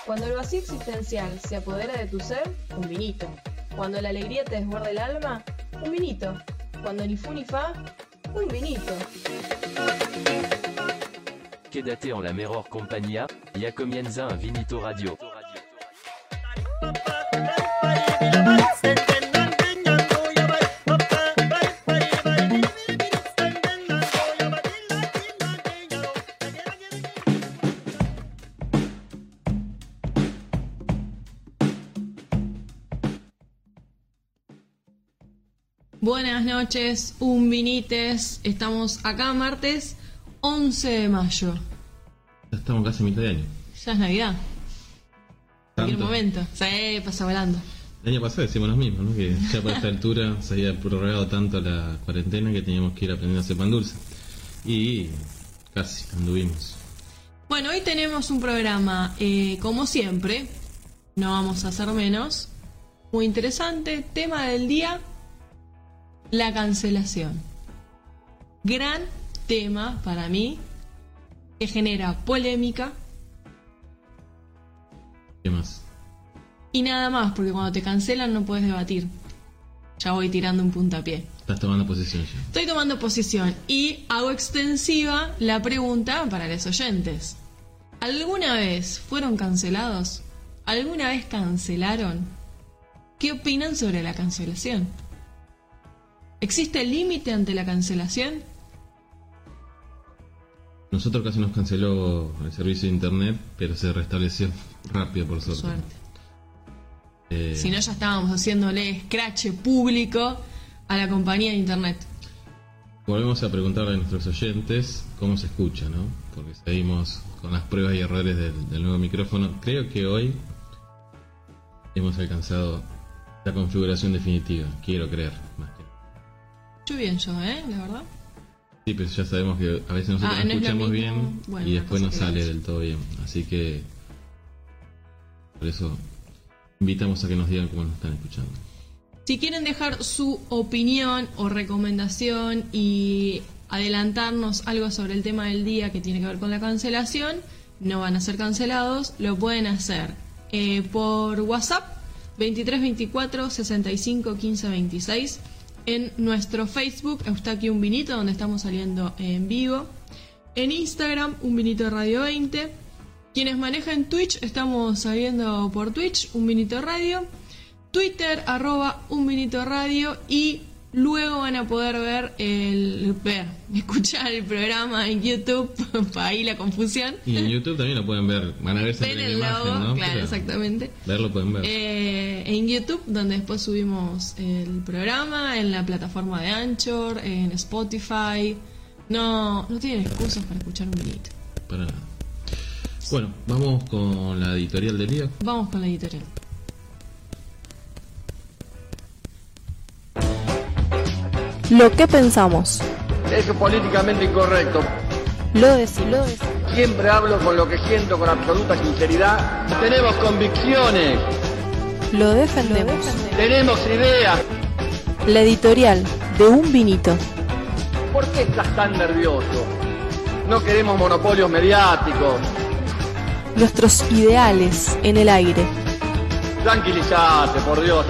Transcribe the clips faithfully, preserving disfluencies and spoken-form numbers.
Cuando el vacío existencial se apodera de tu ser, un vinito. Cuando la alegría te desborda el alma, un vinito. Cuando ni fu ni fa, un vinito. Quédate en la mejor compañía, ya comienza un Vinito Radio. Buenas noches, un vinites. Estamos acá martes once de mayo. Ya estamos casi a mitad de año. Ya es Navidad. Cualquier ¿Tanto? momento. Se pasa volando. El año pasado decimos lo mismo, ¿no? Que ya para esta altura se había prorrogado tanto la cuarentena que teníamos que ir aprendiendo a hacer pan dulce. Y casi anduvimos. Bueno, hoy tenemos un programa, eh, como siempre, no vamos a hacer menos, muy interesante. Tema del día: la cancelación. Gran tema para mí, que genera polémica. ¿Qué más? Y nada más, porque cuando te cancelan no puedes debatir. Ya voy tirando un puntapié. Estás tomando posición ya. Estoy tomando posición y hago extensiva la pregunta para los oyentes. ¿Alguna vez fueron cancelados? ¿Alguna vez cancelaron? ¿Qué opinan sobre la cancelación? ¿Existe límite ante la cancelación? Nosotros casi nos canceló el servicio de internet, pero se restableció rápido por suerte. Suerte. Eh, Si no, ya estábamos haciéndole escrache público a la compañía de internet. Volvemos a preguntarle a nuestros oyentes cómo se escucha, ¿no? Porque seguimos con las pruebas y errores del, del nuevo micrófono. Creo que hoy hemos alcanzado la configuración definitiva. Quiero creer, más que Yo bien yo, ¿eh? La verdad. Sí, pero ya sabemos que a veces nosotros Ah, nos no es lo escuchamos mismo. bien Bueno, y después una no cosa que sale la del todo bien. Así que por eso invitamos a que nos digan cómo nos están escuchando. Si quieren dejar su opinión o recomendación y adelantarnos algo sobre el tema del día que tiene que ver con la cancelación, no van a ser cancelados, lo pueden hacer eh, por WhatsApp veintitrés veinticuatro sesenta y cinco quince veintiséis, en nuestro Facebook Eustaquio Un Vinito, donde estamos saliendo en vivo, en Instagram Un Vinito Radio veinte. Quienes manejan Twitch, estamos saliendo por Twitch Un Vinito Radio, Twitter arroba Un Vinito Radio, y luego van a poder ver el ver, escuchar el programa en YouTube. Para ahí la confusión. Y en YouTube también lo pueden ver. Van a ver Ven siempre el la logo, imagen, ¿no? claro, Pero exactamente. verlo pueden ver. Eh, en YouTube, donde después subimos el programa, en la plataforma de Anchor, en Spotify. No, no tienen excusas para escuchar un vinito. Para nada. Bueno, vamos con la editorial del día. Vamos con la editorial. Lo que pensamos. Es políticamente incorrecto. Lo decimos. Siempre hablo con lo que siento con absoluta sinceridad. Tenemos convicciones, Lo defendemos. tenemos ideas. La editorial de Un Vinito. ¿Por qué estás tan nervioso? No queremos monopolios mediáticos. Nuestros ideales en el aire. Tranquilízate, por Dios.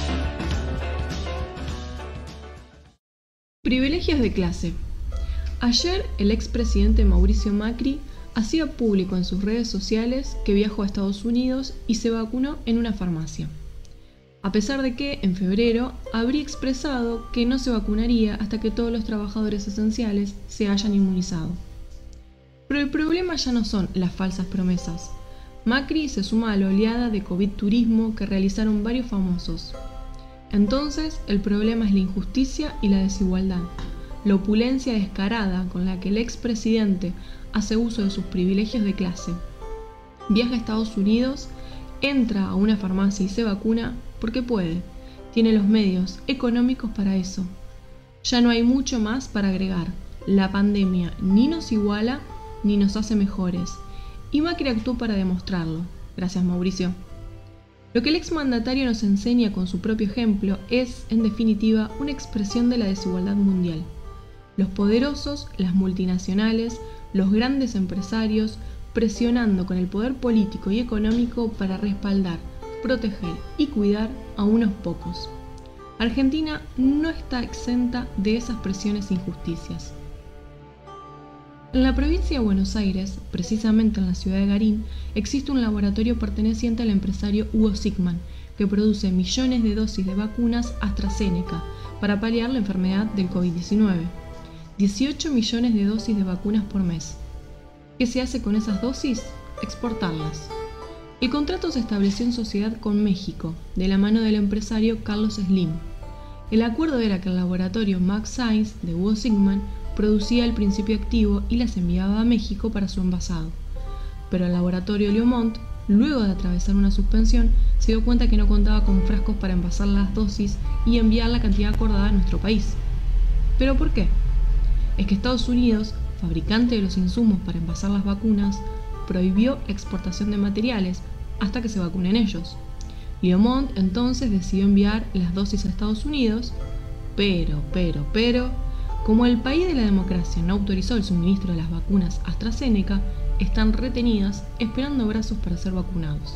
Privilegios de clase. Ayer el expresidente Mauricio Macri hacía público en sus redes sociales que viajó a Estados Unidos y se vacunó en una farmacia. A pesar de que, en febrero, habría expresado que no se vacunaría hasta que todos los trabajadores esenciales se hayan inmunizado. Pero el problema ya no son las falsas promesas. Macri se suma a la oleada de COVID turismo que realizaron varios famosos. Entonces, el problema es la injusticia y la desigualdad, la opulencia descarada con la que el expresidente hace uso de sus privilegios de clase. Viaja a Estados Unidos, entra a una farmacia y se vacuna porque puede, tiene los medios económicos para eso. Ya no hay mucho más para agregar. La pandemia ni nos iguala ni nos hace mejores, y Macri actuó para demostrarlo. Gracias, Mauricio. Lo que el exmandatario nos enseña con su propio ejemplo es, en definitiva, una expresión de la desigualdad mundial. Los poderosos, las multinacionales, los grandes empresarios, presionando con el poder político y económico para respaldar, proteger y cuidar a unos pocos. Argentina no está exenta de esas presiones e injusticias. En la provincia de Buenos Aires, precisamente en la ciudad de Garín, existe un laboratorio perteneciente al empresario Hugo Sigman, que produce millones de dosis de vacunas AstraZeneca para paliar la enfermedad del COVID diecinueve. dieciocho millones de dosis de vacunas por mes. ¿Qué se hace con esas dosis? Exportarlas. El contrato se estableció en sociedad con México, de la mano del empresario Carlos Slim. El acuerdo era que el laboratorio Max Science de Hugo Sigman producía el principio activo y las enviaba a México para su envasado. Pero el laboratorio Leomont, luego de atravesar una suspensión, se dio cuenta que no contaba con frascos para envasar las dosis y enviar la cantidad acordada a nuestro país. ¿Pero por qué? Es que Estados Unidos, fabricante de los insumos para envasar las vacunas, prohibió la exportación de materiales hasta que se vacunen ellos. Leomont entonces decidió enviar las dosis a Estados Unidos, pero, pero, pero, como el país de la democracia no autorizó el suministro de las vacunas AstraZeneca, están retenidas esperando brazos para ser vacunados.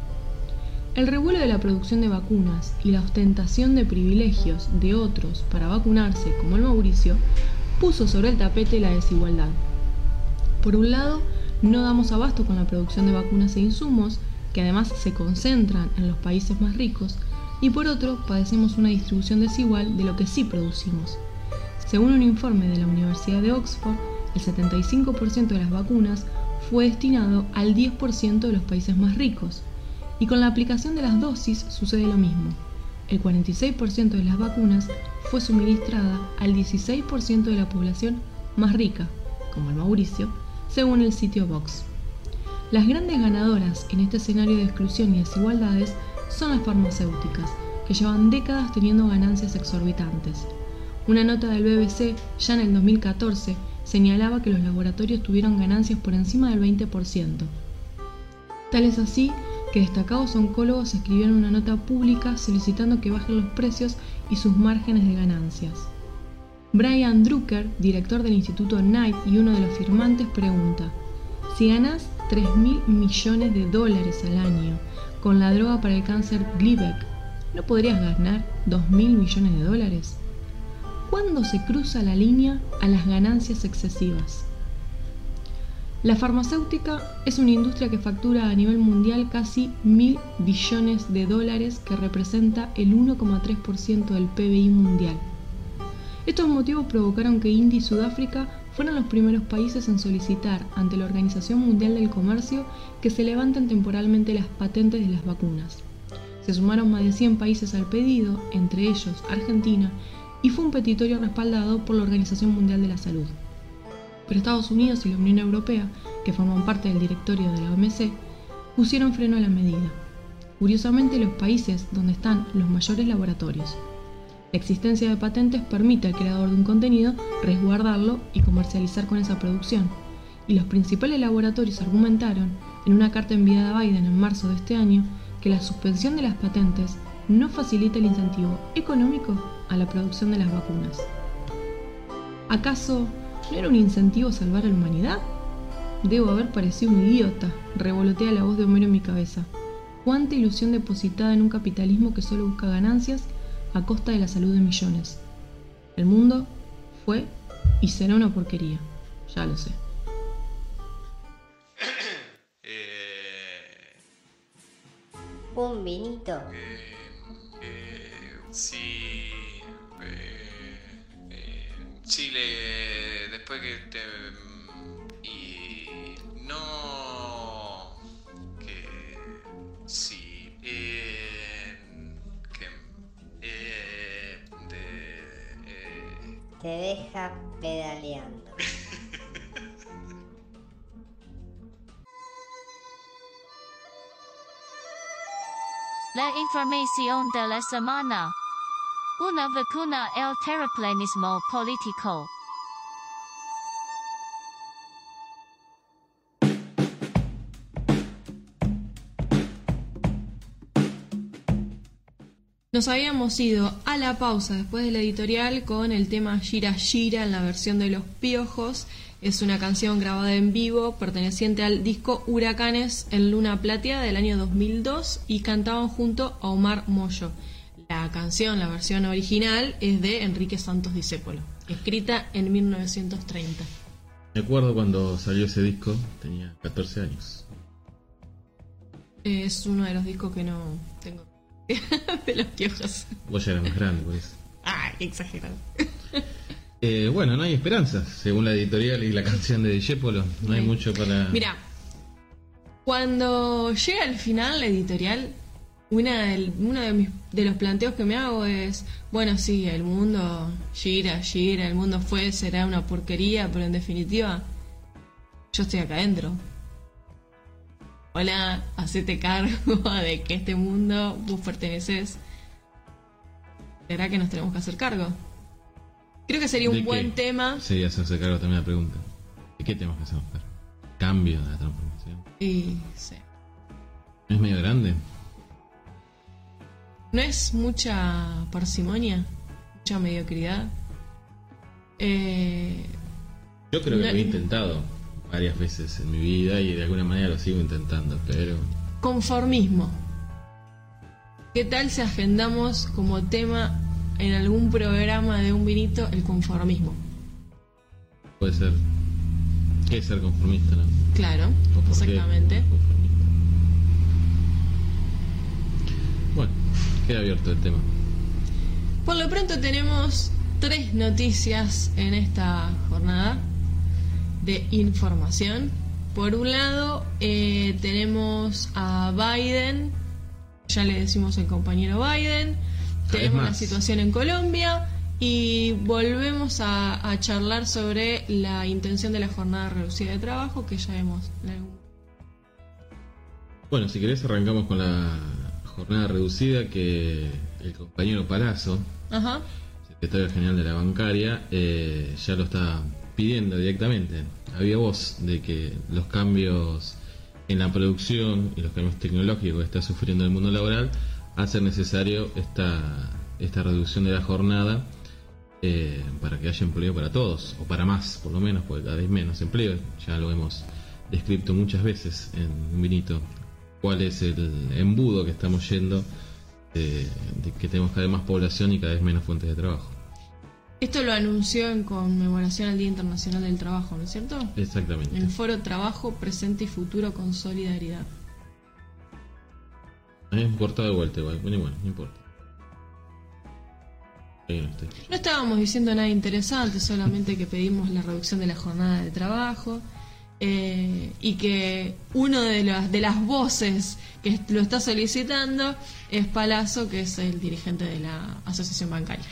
El revuelo de la producción de vacunas y la ostentación de privilegios de otros para vacunarse, como el Mauricio, puso sobre el tapete la desigualdad. Por un lado, no damos abasto con la producción de vacunas e insumos, que además se concentran en los países más ricos, y por otro, padecemos una distribución desigual de lo que sí producimos. Según un informe de la Universidad de Oxford, el setenta y cinco por ciento de las vacunas fue destinado al diez por ciento de los países más ricos, y con la aplicación de las dosis sucede lo mismo. El cuarenta y seis por ciento de las vacunas fue suministrada al dieciséis por ciento de la población más rica, como el Mauricio, según el sitio Vox. Las grandes ganadoras en este escenario de exclusión y desigualdades son las farmacéuticas, que llevan décadas teniendo ganancias exorbitantes. Una nota del B B C, ya en el dos mil catorce, señalaba que los laboratorios tuvieron ganancias por encima del veinte por ciento. Tal es así que destacados oncólogos escribieron una nota pública solicitando que bajen los precios y sus márgenes de ganancias. Brian Drucker, director del Instituto Knight y uno de los firmantes, pregunta: si ganás tres mil millones de dólares al año con la droga para el cáncer Gleevec, ¿no podrías ganar dos mil millones de dólares? ¿Cuándo se cruza la línea a las ganancias excesivas? La farmacéutica es una industria que factura a nivel mundial casi mil billones de dólares, que representa el uno coma tres por ciento del P B I mundial. Estos motivos provocaron que India y Sudáfrica fueron los primeros países en solicitar ante la Organización Mundial del Comercio que se levanten temporalmente las patentes de las vacunas. Se sumaron más de cien países al pedido, entre ellos Argentina, y fue un petitorio respaldado por la Organización Mundial de la Salud. Pero Estados Unidos y la Unión Europea, que forman parte del directorio de la O M C, pusieron freno a la medida. Curiosamente, los países donde están los mayores laboratorios. La existencia de patentes permite al creador de un contenido resguardarlo y comercializar con esa producción, y los principales laboratorios argumentaron, en una carta enviada a Biden en marzo de este año, que la suspensión de las patentes no facilita el incentivo económico a la producción de las vacunas. ¿Acaso no era un incentivo salvar a la humanidad? Debo haber parecido un idiota, revolotea la voz de Homero en mi cabeza. Cuánta ilusión depositada en un capitalismo que solo busca ganancias a costa de la salud de millones. El mundo fue y será una porquería, ya lo sé. eh, Un vinito. eh, eh, sí, eh, eh, Chile, después que te... Y no... Que... Sí, eh, que... Eh, de... Eh, Te deja pedaleando. La información de la semana. Una vacuna el terraplanismo político. Nos habíamos ido a la pausa después de la editorial con el tema Gira Gira en la versión de Los Piojos. Es una canción grabada en vivo perteneciente al disco Huracanes en Luna Plateada del año dos mil dos y cantaban junto a Omar Mollo. La canción, la versión original, es de Enrique Santos Discépolo, escrita en mil novecientos treinta. Me acuerdo cuando salió ese disco, tenía catorce años. Es uno de los discos que no tengo de Los Piojos. Vos ya eras más grande, por eso. Ah, qué exagerado. Eh, bueno, no hay esperanza, según la editorial y la canción de Discépolo. No hay mucho para... Mira, cuando llega al final la editorial, una del, uno de, mis, de los planteos que me hago es, bueno, sí, el mundo gira, gira, el mundo fue, será una porquería, pero en definitiva, yo estoy acá adentro. Hola, hacete cargo de que este mundo vos perteneces. ¿Será que nos tenemos que hacer cargo? Creo que sería un buen qué? tema. Sería hacerse cargo también la pregunta. ¿De qué tenemos que hacernos cargo? Cambio de la transformación. Y sí. ¿No es medio grande? ¿No es mucha parsimonia? ¿Mucha mediocridad? Eh, Yo creo que no, lo he intentado varias veces en mi vida y de alguna manera lo sigo intentando, pero... Conformismo. ¿Qué tal si agendamos como tema en algún programa de un vinito el conformismo? Puede ser. ¿Qué es ser conformista, no? Claro, ¿O por qué exactamente. conformista? Bueno, queda abierto el tema. Por lo pronto tenemos tres noticias en esta jornada de información. Por un lado, eh, tenemos a Biden, ya le decimos el compañero Biden, tenemos la situación en Colombia y volvemos a, a charlar sobre la intención de la jornada reducida de trabajo que ya hemos... Bueno, si querés arrancamos con la jornada reducida que el compañero Palazzo, Ajá. secretario general de la bancaria, eh, ya lo está pidiendo directamente. Había voz de que los cambios en la producción y los cambios tecnológicos que está sufriendo el mundo laboral hace necesario esta, esta reducción de la jornada eh, para que haya empleo para todos, o para más, por lo menos, porque cada vez menos empleo. Ya lo hemos descrito muchas veces en un vinito, cuál es el embudo que estamos yendo de, de que tenemos cada vez más población y cada vez menos fuentes de trabajo. Esto lo anunció en conmemoración al Día Internacional del Trabajo, ¿no es cierto? Exactamente. En el foro Trabajo, Presente y Futuro con Solidaridad. A mí me importa de vuelta igual, bueno, bueno, no importa. Ahí no estoy. No estábamos diciendo nada interesante, solamente que pedimos la reducción de la jornada de trabajo eh, y que uno de las, de las voces que lo está solicitando es Palazzo, que es el dirigente de la Asociación Bancaria.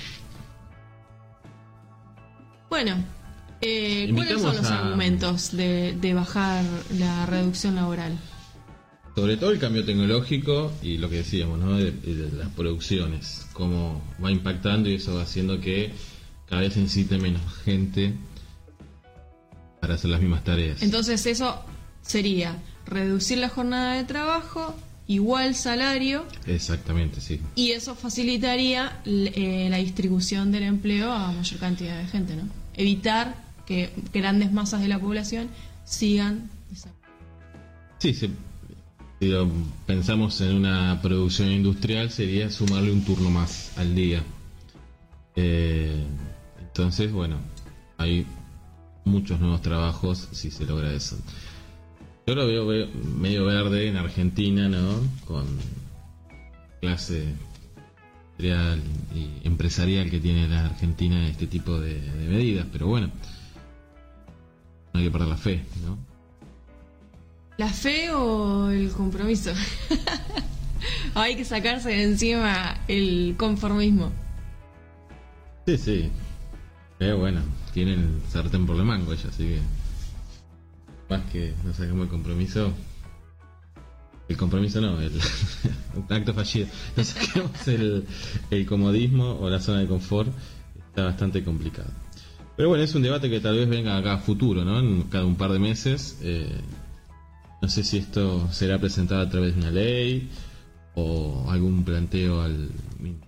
Bueno, eh, ¿cuáles son los a... argumentos de, de bajar la reducción laboral? Sobre todo el cambio tecnológico y lo que decíamos, ¿no? De, de las producciones, cómo va impactando y eso va haciendo que cada vez se necesite menos gente para hacer las mismas tareas. Entonces eso sería reducir la jornada de trabajo, igual salario. Exactamente, sí. Y eso facilitaría eh, la distribución del empleo a mayor cantidad de gente, ¿no? Evitar que grandes masas de la población sigan. Sí, sí. Si lo pensamos en una producción industrial, sería sumarle un turno más al día. Eh, entonces, bueno, hay muchos nuevos trabajos si se logra eso. Yo lo veo, veo medio verde en Argentina, ¿no? Con clase industrial y empresarial que tiene la Argentina en este tipo de, de medidas, pero bueno, no hay que perder la fe, ¿no? ¿La fe o el compromiso? Hay que sacarse de encima el conformismo. Sí, sí. Pero bueno, tienen el sartén por la mango ellos, así que más que no saquemos el compromiso. El compromiso no, el acto fallido. No saquemos el, el comodismo o la zona de confort. Está bastante complicado. Pero bueno, es un debate que tal vez venga acá a futuro, ¿no? En cada un par de meses. Eh, no sé si esto será presentado a través de una ley o algún planteo al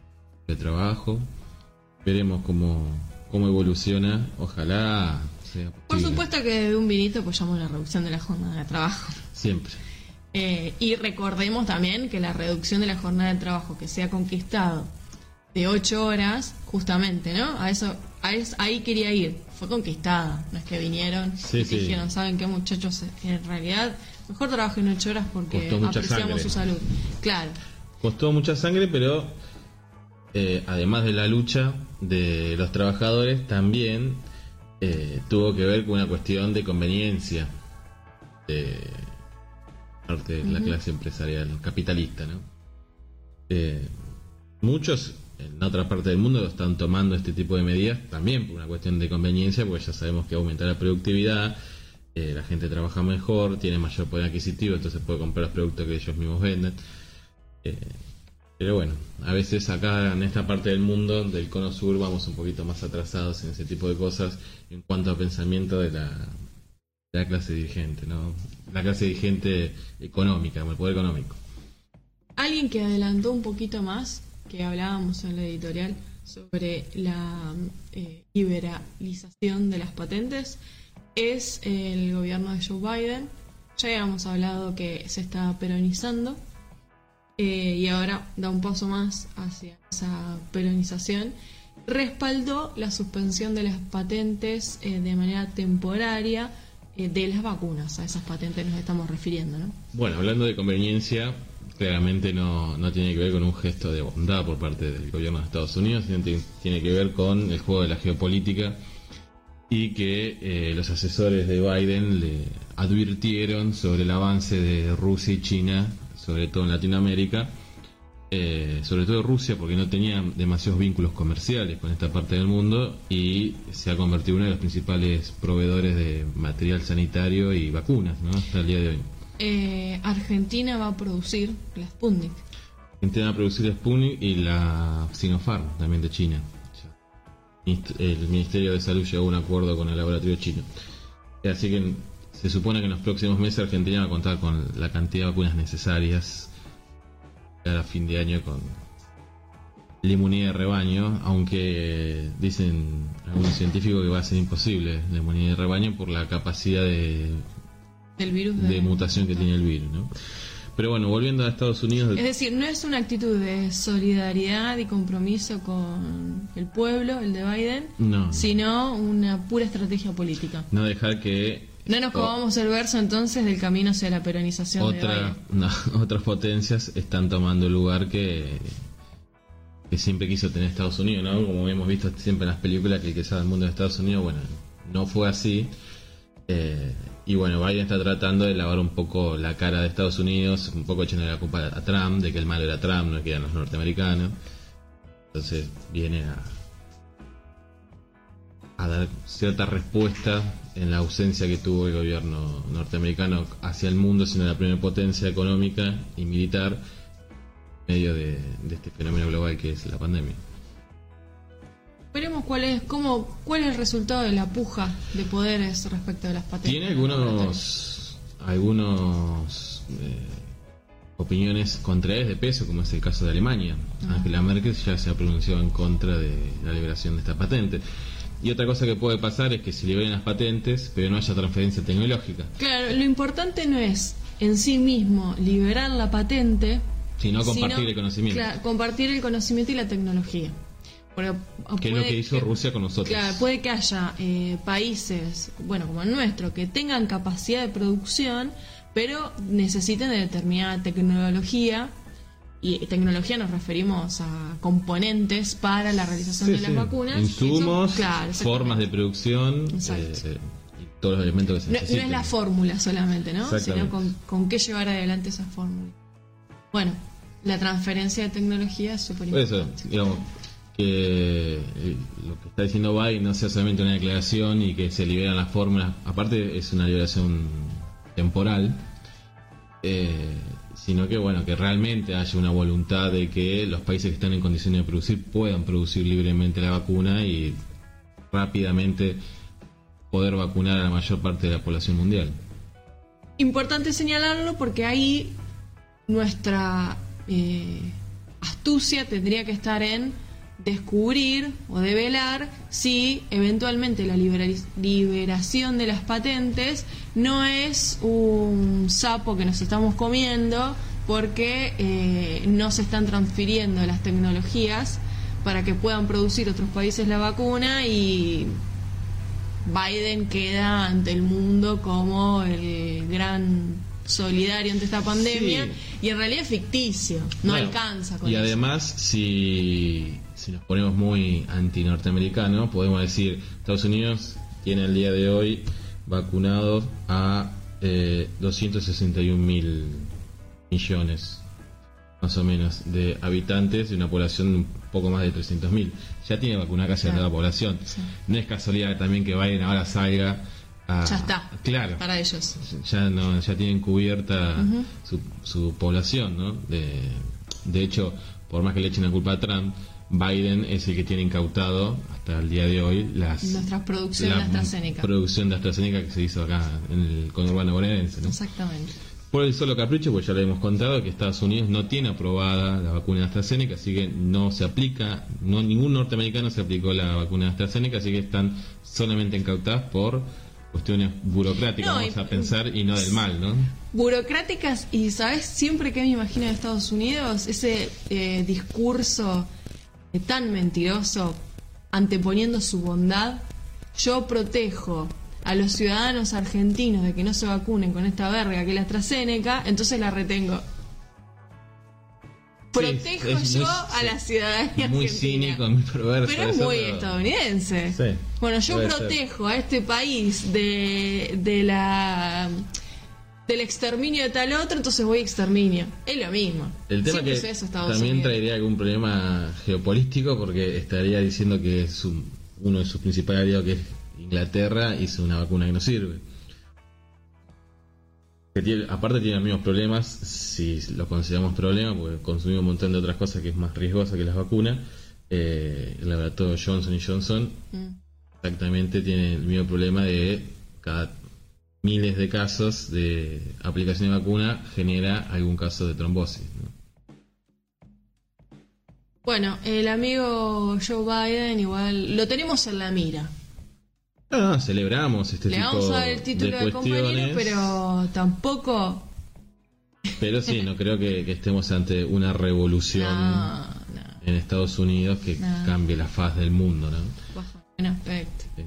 de trabajo. Veremos cómo, cómo evoluciona. Ojalá sea posible. Por supuesto que de un vinito apoyamos la reducción de la jornada de trabajo. Siempre. Eh, y recordemos también que la reducción de la jornada de trabajo que se ha conquistado de ocho horas, justamente, ¿no? A eso, a eso ahí quería ir. Fue conquistada, no es que vinieron sí, y sí. dijeron, ¿saben qué, muchachos? En realidad, mejor trabajen ocho horas porque Costó mucha apreciamos sangre. su salud. Claro. Costó mucha sangre, pero eh, además de la lucha de los trabajadores, también eh, tuvo que ver con una cuestión de conveniencia de parte de la Ujú. clase empresarial capitalista, ¿no? Eh, muchos en otra parte del mundo están tomando este tipo de medidas también por una cuestión de conveniencia, porque ya sabemos que aumenta la productividad, eh, la gente trabaja mejor, tiene mayor poder adquisitivo, entonces puede comprar los productos que ellos mismos venden. Eh, pero bueno, a veces acá en esta parte del mundo, del cono sur, vamos un poquito más atrasados en ese tipo de cosas en cuanto a pensamiento de la, de la clase dirigente, ¿no? La clase dirigente económica, el poder económico. Alguien que adelantó un poquito más, que hablábamos en la editorial sobre la eh, liberalización de las patentes, es el gobierno de Joe Biden. Ya habíamos hablado que se está peronizando eh, y ahora da un paso más hacia esa peronización. Respaldó la suspensión de las patentes eh, de manera temporaria eh, de las vacunas. A esas patentes nos estamos refiriendo, ¿no? Bueno, hablando de conveniencia, claramente no, no tiene que ver con un gesto de bondad por parte del gobierno de Estados Unidos, sino que tiene que ver con el juego de la geopolítica y que eh, los asesores de Biden le advirtieron sobre el avance de Rusia y China, sobre todo en Latinoamérica, eh, sobre todo Rusia porque no tenía demasiados vínculos comerciales con esta parte del mundo y se ha convertido en uno de los principales proveedores de material sanitario y vacunas, ¿no? Hasta el día de hoy. Eh, Argentina va a producir la Sputnik. Argentina va a producir la Sputnik y la Sinopharm, también de China. El Ministerio de Salud llegó a un acuerdo con el laboratorio chino. Así que se supone que en los próximos meses Argentina va a contar con la cantidad de vacunas necesarias a fin de año con la inmunidad de rebaño, aunque dicen algunos científicos que va a ser imposible la inmunidad de rebaño por la capacidad de del virus de... de mutación que tiene el virus, ¿no? Pero bueno, volviendo a Estados Unidos... Es decir, no es una actitud de solidaridad y compromiso con el pueblo, el de Biden, no, sino una pura estrategia política. No dejar que... No nos comamos el verso entonces del camino hacia la peronización otra, de Biden. No, otras potencias están tomando el lugar que, que siempre quiso tener Estados Unidos, ¿no? Como hemos visto siempre en las películas, que el que sabe el mundo de Estados Unidos, bueno, no fue así. Eh, y bueno, Biden está tratando de lavar un poco la cara de Estados Unidos, un poco echando la culpa a Trump, de que el malo era Trump, no que eran los norteamericanos. Entonces viene a, a dar cierta respuesta en la ausencia que tuvo el gobierno norteamericano hacia el mundo, siendo la primera potencia económica y militar en medio de, de este fenómeno global que es la pandemia. Veremos cuál es, cómo, cuál es el resultado de la puja de poderes respecto de las patentes. Tiene algunos, algunos eh, opiniones contrarias de peso, como es el caso de Alemania. Ah. Angela Merkel ya se ha pronunciado en contra de la liberación de esta patente. Y otra cosa que puede pasar es que se liberen las patentes, pero no haya transferencia tecnológica. Claro, lo importante no es en sí mismo liberar la patente, sino compartir sino, el conocimiento. Claro, compartir el conocimiento y la tecnología. Porque que es lo que hizo que, Rusia con nosotros. Claro, puede que haya eh, países, bueno, como el nuestro, que tengan capacidad de producción, pero necesiten de determinada tecnología. Y tecnología nos referimos a componentes para la realización sí, de las sí. vacunas. Insumos, Eso, claro, formas de producción, eh, y todos los elementos que se no, necesitan. No es la fórmula solamente, ¿no? Sino con, con qué llevar adelante esa fórmula. Bueno, la transferencia de tecnología es súper importante. Por eso, digamos, que lo que está diciendo Biden no sea solamente una declaración y que se liberan las fórmulas. Aparte es una liberación temporal. Eh... sino que bueno, que realmente haya una voluntad de que los países que están en condiciones de producir puedan producir libremente la vacuna y rápidamente poder vacunar a la mayor parte de la población mundial. Importante señalarlo porque ahí nuestra eh, astucia tendría que estar en descubrir o develar si eventualmente la libera- liberación de las patentes no es un sapo que nos estamos comiendo porque eh, no se están transfiriendo las tecnologías para que puedan producir otros países la vacuna y Biden queda ante el mundo como el gran solidario ante esta pandemia, sí. Y en realidad es ficticio, no bueno, alcanza con y eso. Además, si, si nos ponemos muy anti-norteamericanos, podemos decir, Estados Unidos tiene al día de hoy vacunados a eh, doscientos sesenta y un mil millones más o menos de habitantes de una población un poco más de trescientos mil. Ya tiene vacunada casi claro. toda la población. Sí. No es casualidad también que Biden ahora salga a, ya está, claro, para ellos. Ya no, ya tienen cubierta uh-huh. su, su población, ¿no? De, de hecho, por más que le echen la culpa a Trump, Biden es el que tiene incautado hasta el día de hoy las nuestra producción la de AstraZeneca. producción de AstraZeneca que se hizo acá en el conurbano bonaerense, ¿no? Exactamente. Por el solo capricho, pues ya le hemos contado que Estados Unidos no tiene aprobada la vacuna de AstraZeneca, así que no se aplica, no ningún norteamericano se aplicó la vacuna de AstraZeneca, así que están solamente incautadas por cuestiones burocráticas, no, vamos a pensar, y no del mal, ¿no? Burocráticas, y ¿sabes siempre que me imagino de Estados Unidos? Ese eh, discurso eh, tan mentiroso, anteponiendo su bondad. Yo protejo a los ciudadanos argentinos de que no se vacunen con esta verga que es la AstraZeneca, entonces la retengo. Protejo sí, yo muy, a la ciudadanía muy argentina. Cínico, muy perverso. Pero es muy pero... estadounidense. Sí, bueno, yo protejo ser. a este país de, de la del exterminio de tal otro, entonces voy a exterminio. Es lo mismo. El tema Siempre que eso, también Unidos. traería algún problema geopolítico porque estaría diciendo que es un, uno de sus principales aliados, que es Inglaterra, hizo una vacuna que no sirve. Que tiene, aparte tiene los mismos problemas, si lo consideramos problema, porque consumimos un montón de otras cosas que es más riesgosa que las vacunas. Eh, el laboratorio Johnson y Johnson mm. exactamente tiene el mismo problema de cada miles de casos de aplicación de vacuna genera algún caso de trombosis, ¿no? Bueno, el amigo Joe Biden igual lo tenemos en la mira. No, no, celebramos este Le tipo vamos a dar el título de, de compañero, pero tampoco. Pero sí, no creo que, que estemos ante una revolución no, no. en Estados Unidos que no. cambie la faz del mundo, ¿no? Bajo en aspecto. Sí.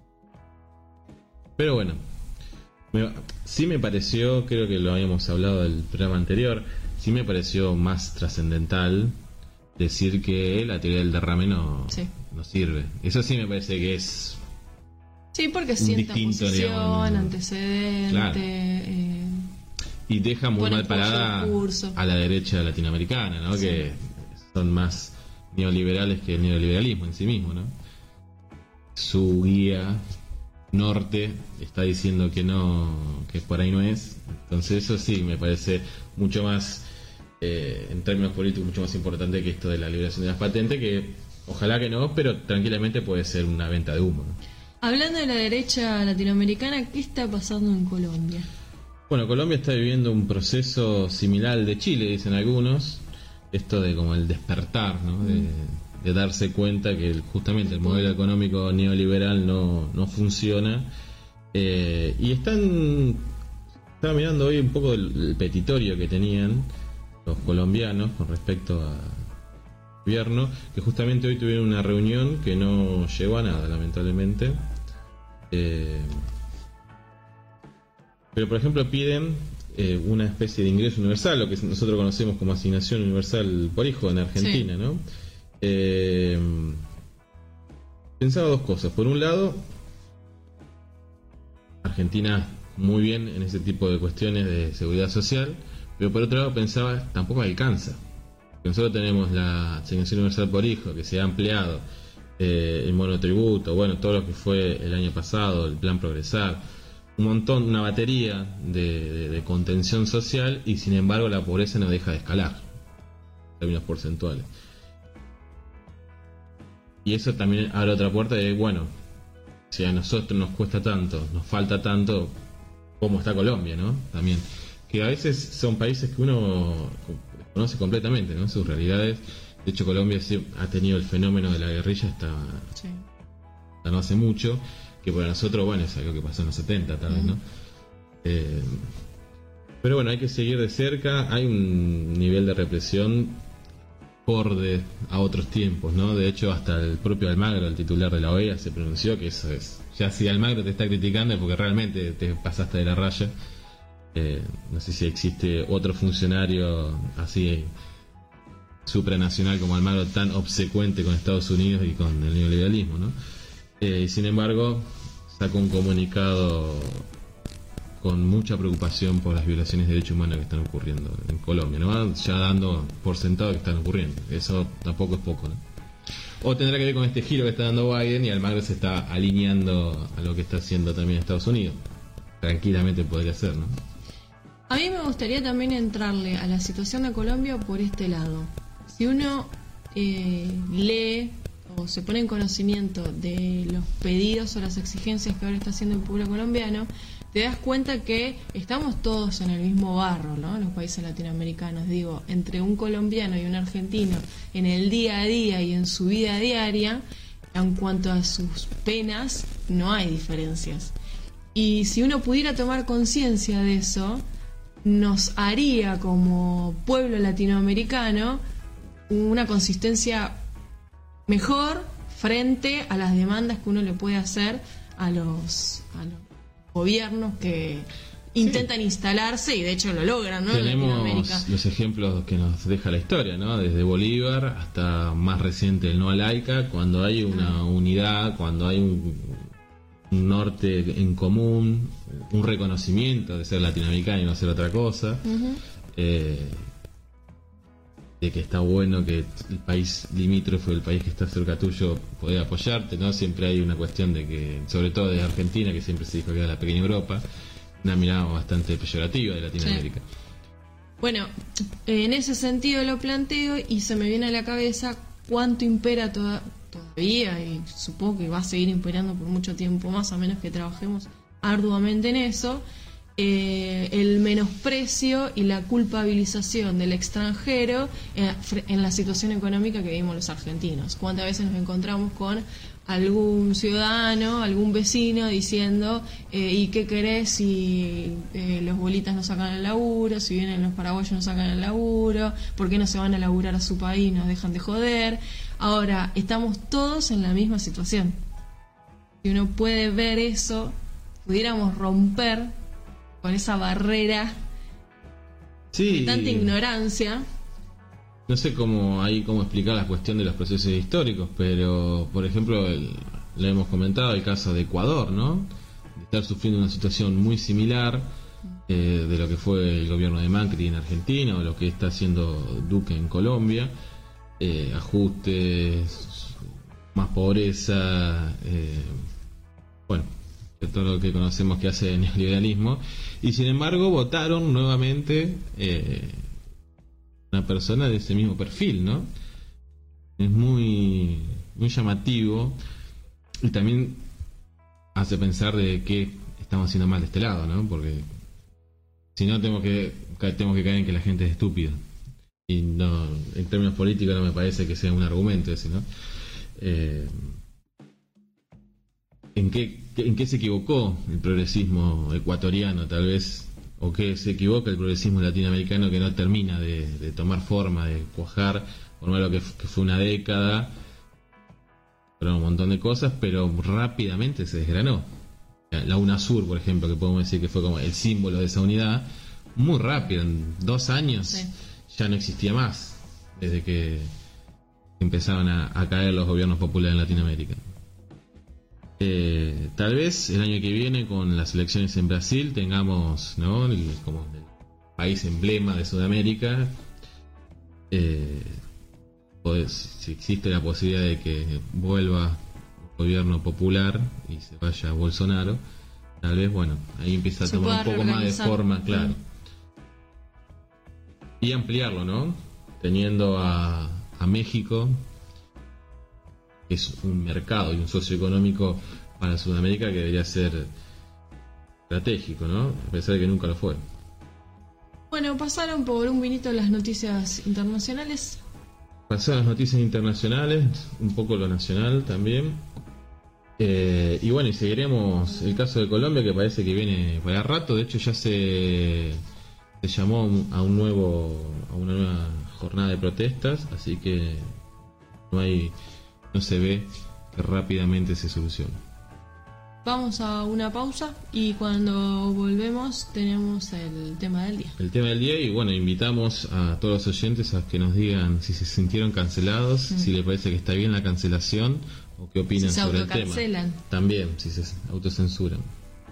Pero bueno, me, sí me pareció, creo que lo habíamos hablado del programa anterior, sí me pareció más trascendental decir que la teoría del derrame no, sí. no sirve. Eso sí me parece que es. Sí, porque sienta posición, digamos, antecedente. Claro. Eh, y deja muy mal parada a la derecha latinoamericana, ¿no? Sí. Que son más neoliberales que el neoliberalismo en sí mismo, ¿no? Su guía norte está diciendo que no, que por ahí no es. Entonces eso sí me parece mucho más, eh, en términos políticos, mucho más importante que esto de la liberación de las patentes, que ojalá que no, pero tranquilamente puede ser una venta de humo, ¿no? Hablando de la derecha latinoamericana, ¿qué está pasando en Colombia? Bueno, Colombia está viviendo un proceso similar al de Chile, dicen algunos. Esto de como el despertar, ¿no? De, de darse cuenta que el, justamente el modelo económico neoliberal no, no funciona. Eh, y están... Estaba mirando hoy un poco el, el petitorio que tenían los colombianos con respecto a... gobierno, que justamente hoy tuvieron una reunión que no llegó a nada, lamentablemente. Eh, pero por ejemplo piden eh, una especie de ingreso universal, lo que nosotros conocemos como asignación universal por hijo en Argentina, sí. ¿no? Eh, pensaba dos cosas. Por un lado, Argentina muy bien en ese tipo de cuestiones de seguridad social, pero por otro lado pensaba, tampoco alcanza. Nosotros tenemos la asignación universal por hijo, que se ha ampliado, eh, el monotributo, bueno, todo lo que fue el año pasado, el plan Progresar, un montón, una batería de, de, de contención social, y sin embargo la pobreza no deja de escalar en términos porcentuales. Y eso también abre otra puerta de, bueno, si a nosotros nos cuesta tanto, nos falta tanto, ¿cómo está Colombia, no? También, que a veces son países que uno conoce completamente, ¿no? Sus realidades, De hecho, Colombia sí ha tenido el fenómeno de la guerrilla hasta, Sí. hasta no hace mucho, que para nosotros, bueno, es algo que pasó en los setenta tal vez, ¿no? Eh, pero bueno, hay que seguir de cerca. Hay un nivel de represión acorde a otros tiempos, ¿no? De hecho, hasta el propio Almagro, el titular de la O E A, se pronunció que eso es, ya si Almagro te está criticando es porque realmente te pasaste de la raya. Eh, no sé si existe otro funcionario así supranacional como Almagro tan obsecuente con Estados Unidos y con el neoliberalismo, ¿no? Eh, sin embargo, sacó un comunicado con mucha preocupación por las violaciones de derechos humanos que están ocurriendo en Colombia, ¿no? Ya dando por sentado que están ocurriendo. Eso tampoco es poco, ¿no? O tendrá que ver con este giro que está dando Biden y Almagro se está alineando a lo que está haciendo también Estados Unidos. Tranquilamente podría ser, ¿no? A mí me gustaría también entrarle a la situación de Colombia por este lado. Si uno eh, lee o se pone en conocimiento de los pedidos o las exigencias que ahora está haciendo el pueblo colombiano, te das cuenta que estamos todos en el mismo barro, ¿no? Los países latinoamericanos, digo, entre un colombiano y un argentino en el día a día y en su vida diaria, en cuanto a sus penas, no hay diferencias. Y si uno pudiera tomar conciencia de eso, nos haría como pueblo latinoamericano una consistencia mejor frente a las demandas que uno le puede hacer a los, a los gobiernos que intentan sí. instalarse y de hecho lo logran, ¿no? Tenemos los ejemplos que nos deja la historia, ¿no? Desde Bolívar hasta más reciente el no a laica, cuando hay una ah. unidad, cuando hay un, un norte en común, un reconocimiento de ser latinoamericano y no ser otra cosa, uh-huh. eh, de que está bueno que el país limítrofe, el país que está cerca tuyo, pueda apoyarte, ¿no? Siempre hay una cuestión de que, sobre todo de Argentina, que siempre se dijo que era la pequeña Europa, una mirada bastante peyorativa de Latinoamérica. Sí. Bueno, en ese sentido lo planteo y se me viene a la cabeza cuánto impera toda, todavía, y supongo que va a seguir imperando por mucho tiempo más, a menos que trabajemos arduamente en eso, eh, el menosprecio y la culpabilización del extranjero eh, en la situación económica que vivimos los argentinos. ¿Cuántas veces nos encontramos con algún ciudadano, algún vecino diciendo eh, ¿y qué querés si eh, los bolitas no sacan el laburo, si vienen los paraguayos no sacan el laburo, por qué no se van a laburar a su país, nos dejan de joder? Ahora, estamos todos en la misma situación. Si uno puede ver eso, pudiéramos romper con esa barrera sí. de tanta ignorancia. No sé cómo ahí cómo explicar la cuestión de los procesos históricos, pero por ejemplo el, lo hemos comentado el caso de Ecuador, ¿no? De estar sufriendo una situación muy similar eh, de lo que fue el gobierno de Macri en Argentina o lo que está haciendo Duque en Colombia, eh, ajustes, más pobreza, eh, bueno, de todo lo que conocemos que hace el neoliberalismo, y sin embargo votaron nuevamente eh, una persona de ese mismo perfil, ¿no? Es muy muy llamativo y también hace pensar de qué estamos haciendo mal de este lado, ¿no? Porque si no tenemos que tenemos que caer en que la gente es estúpida y no, en términos políticos no me parece que sea un argumento ese, ¿no? Eh, ¿en qué en qué se equivocó el progresismo ecuatoriano tal vez? ¿O qué se equivoca el progresismo latinoamericano que no termina de, de tomar forma, de cuajar, por lo que, que fue una década, pero un montón de cosas, pero rápidamente se desgranó? La UNASUR, por ejemplo, que podemos decir que fue como el símbolo de esa unidad, muy rápido, en dos años sí. ya no existía más, desde que empezaron a, a caer los gobiernos populares en Latinoamérica. Eh, tal vez el año que viene con las elecciones en Brasil tengamos, ¿no?, el, como el país emblema de Sudamérica, eh, pues, si existe la posibilidad de que vuelva un gobierno popular y se vaya Bolsonaro, tal vez, bueno, ahí empieza a se tomar un poco más de forma, claro, sí. Y ampliarlo, ¿no? Teniendo a, a México, es un mercado y un socio económico para Sudamérica que debería ser estratégico, ¿no? A pesar de que nunca lo fue. Bueno, pasaron por un vinito las noticias internacionales. Pasar las noticias internacionales, un poco lo nacional también. Eh, y bueno, y seguiremos el caso de Colombia, que parece que viene para rato. De hecho ya se, se llamó a un nuevo a una nueva jornada de protestas, así que no hay no se ve que rápidamente se solucione. Vamos a una pausa y cuando volvemos tenemos el tema del día. El tema del día, y bueno, invitamos a todos los oyentes a que nos digan si se sintieron cancelados, mm. si les parece que está bien la cancelación o qué opinan si se sobre el tema. autocancelan. También, si se autocensuran.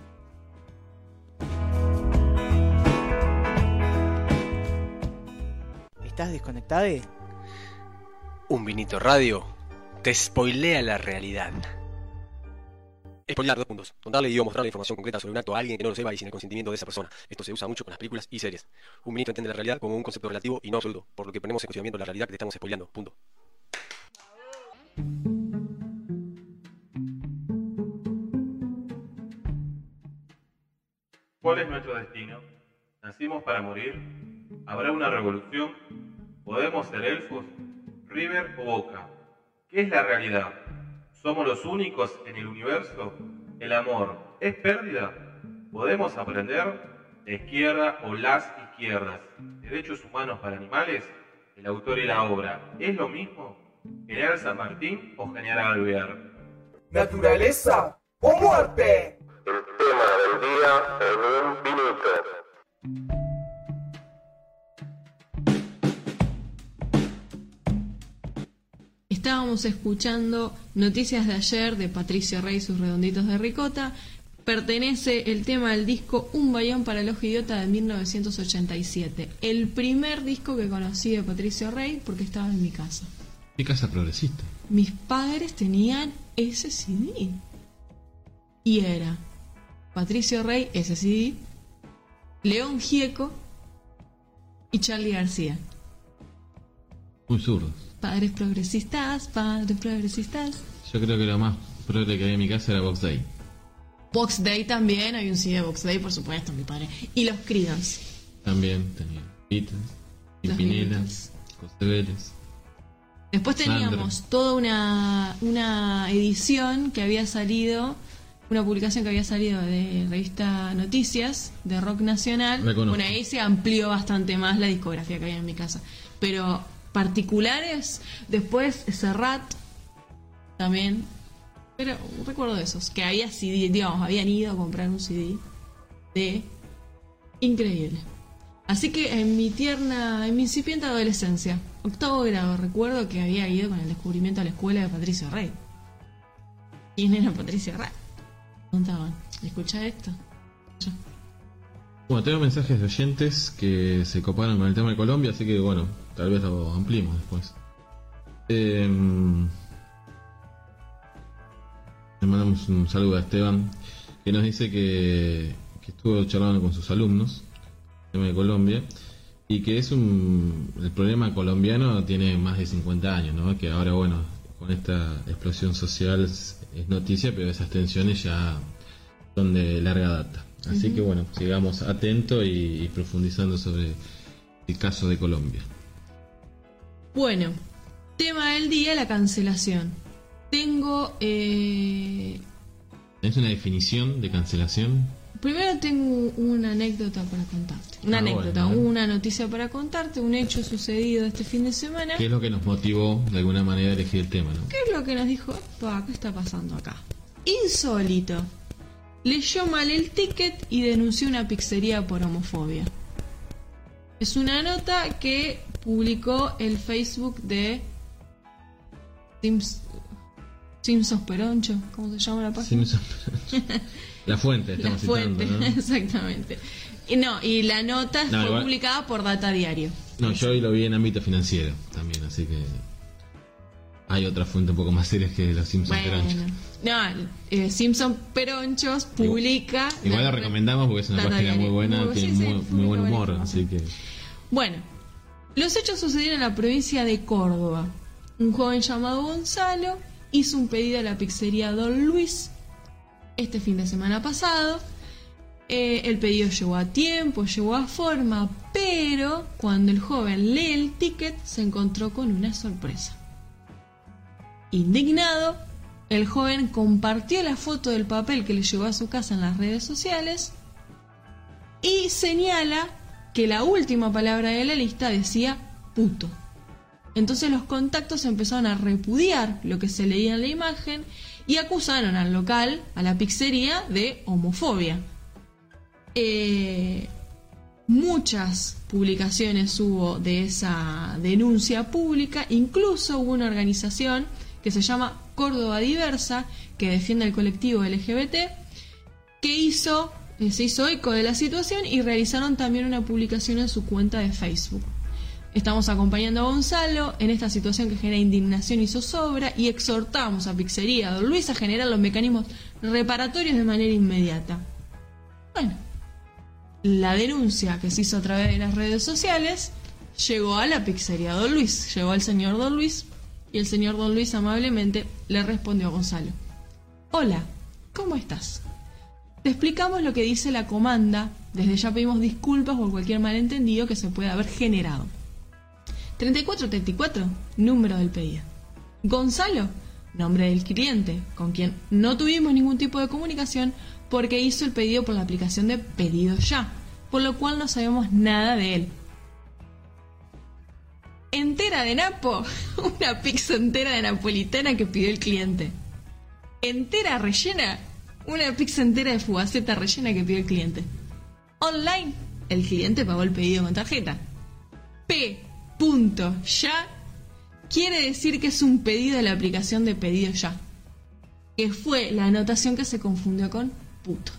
¿Estás desconectado? Un Vinito Radio te spoilea la realidad. Spoilear, dos puntos. Contarle y o mostrarle información concreta sobre un acto a alguien que no lo sepa y sin el consentimiento de esa persona. Esto se usa mucho con las películas y series. Un vinito entiende la realidad como un concepto relativo y no absoluto, por lo que ponemos en cuestionamiento la realidad que te estamos spoileando. Punto. ¿Cuál es nuestro destino? ¿Nacimos para morir? ¿Habrá una revolución? ¿Podemos ser elfos? ¿River o Boca? ¿Qué es la realidad? ¿Somos los únicos en el universo? ¿El amor es pérdida? ¿Podemos aprender? ¿La izquierda o las izquierdas? ¿Derechos humanos para animales? ¿El autor y la obra es lo mismo? ¿General San Martín o General Alvear? ¿Naturaleza o muerte? El tema del día en un vinito. Estábamos escuchando Noticias de ayer de Patricio Rey y sus redonditos de ricota. Pertenece el tema del disco Un Bayón para el Ojo Idiota de mil novecientos ochenta y siete. El primer disco que conocí de Patricio Rey porque estaba en mi casa. Mi casa progresista. Mis padres tenían ese C D. Y era Patricio Rey, ese C D, León Gieco y Charly García. Muy zurdos. Padres progresistas, padres progresistas. Yo creo que lo más progre que había en mi casa era Box Day. Box Day también, hay un C D de Box Day, por supuesto, mi padre. Y los Creedence. También tenía Beatles, Pimpinela, José Vélez. Después teníamos Sandra. toda una, una edición que había salido, una publicación que había salido de revista Noticias, de Rock Nacional. Bueno, ahí se amplió bastante más la discografía que había en mi casa. Pero particulares, después Serrat también, pero recuerdo de esos, que había C D, digamos, habían ido a comprar un C D de increíble. Así que en mi tierna, en mi incipiente adolescencia, octavo grado, recuerdo que había ido con el descubrimiento a la escuela de Patricio Rey. ¿Quién era Patricio Rey? Contaban, ¿escucha esto? Yo. Bueno, tengo mensajes de oyentes que se coparon con el tema de Colombia, así que bueno, tal vez lo ampliemos después. Eh, le mandamos un saludo a Esteban, que nos dice que, que estuvo charlando con sus alumnos, el tema de Colombia, y que es un el problema colombiano tiene más de cincuenta años, ¿no? Que ahora, bueno, con esta explosión social es, es noticia, pero esas tensiones ya son de larga data. Así uh-huh. que bueno, sigamos atentos y, y profundizando sobre el caso de Colombia. Bueno, tema del día, la cancelación. Tengo... Eh... ¿Tienes una definición de cancelación? Primero tengo una anécdota para contarte. Una ah, anécdota, bueno, una noticia para contarte, un hecho sucedido este fin de semana. ¿Qué es lo que nos motivó de alguna manera a elegir el tema, no? ¿Qué es lo que nos dijo? ¿Qué está pasando acá? Insólito. Leyó mal el ticket y denunció una pizzería por homofobia. Es una nota que publicó el Facebook de Sims, Simpsons Peroncho. ¿Cómo se llama la página? Simpsons Peroncho. La fuente, estamos la fuente, citando, ¿no? Exactamente. Y no, y la nota no, fue igual, publicada por Data Diario. No, yo hoy lo vi en ámbito financiero también, así que hay otra fuente un poco más seria que los Simpsons bueno, Peronchos. No, eh, Simpsons Peronchos publica... Igual, igual la recomendamos porque es una página diario. muy buena, muy, tiene sí, muy, sí, muy buen humor, así que... Bueno, los hechos sucedieron en la provincia de Córdoba. Un joven llamado Gonzalo hizo un pedido a la pizzería Don Luis este fin de semana pasado Eh, el pedido llegó a tiempo, llegó a forma, pero cuando el joven lee el ticket se encontró con una sorpresa. Indignado, el joven compartió la foto del papel que le llegó a su casa en las redes sociales y señala que la última palabra de la lista decía puto. Entonces los contactos empezaron a repudiar lo que se leía en la imagen y acusaron al local, a la pizzería, de homofobia. Eh, muchas publicaciones hubo de esa denuncia pública, incluso hubo una organización que se llama Córdoba Diversa, que defiende al colectivo L G B T, que hizo, eh, se hizo eco de la situación y realizaron también una publicación en su cuenta de Facebook. Estamos acompañando a Gonzalo en esta situación que genera indignación y zozobra y exhortamos a Pizzería Don Luis a generar los mecanismos reparatorios de manera inmediata. Bueno, la denuncia que se hizo a través de las redes sociales llegó a la Pizzería Don Luis, llegó al señor Don Luis y el señor Don Luis amablemente le respondió a Gonzalo: hola, ¿cómo estás? Te explicamos lo que dice la comanda, desde ya pedimos disculpas por cualquier malentendido que se pueda haber generado. treinta y cuatro treinta y cuatro, número del pedido. Gonzalo, nombre del cliente, con quien no tuvimos ningún tipo de comunicación porque hizo el pedido por la aplicación de Pedido Ya, por lo cual no sabemos nada de él. Entera de Napo, una pizza entera de napolitana que pidió el cliente. Entera rellena, una pizza entera de fugaceta rellena que pidió el cliente. Online, el cliente pagó el pedido con tarjeta. P. Punto ya quiere decir que es un pedido de la aplicación de Pedido Ya, que fue la anotación que se confundió con puto.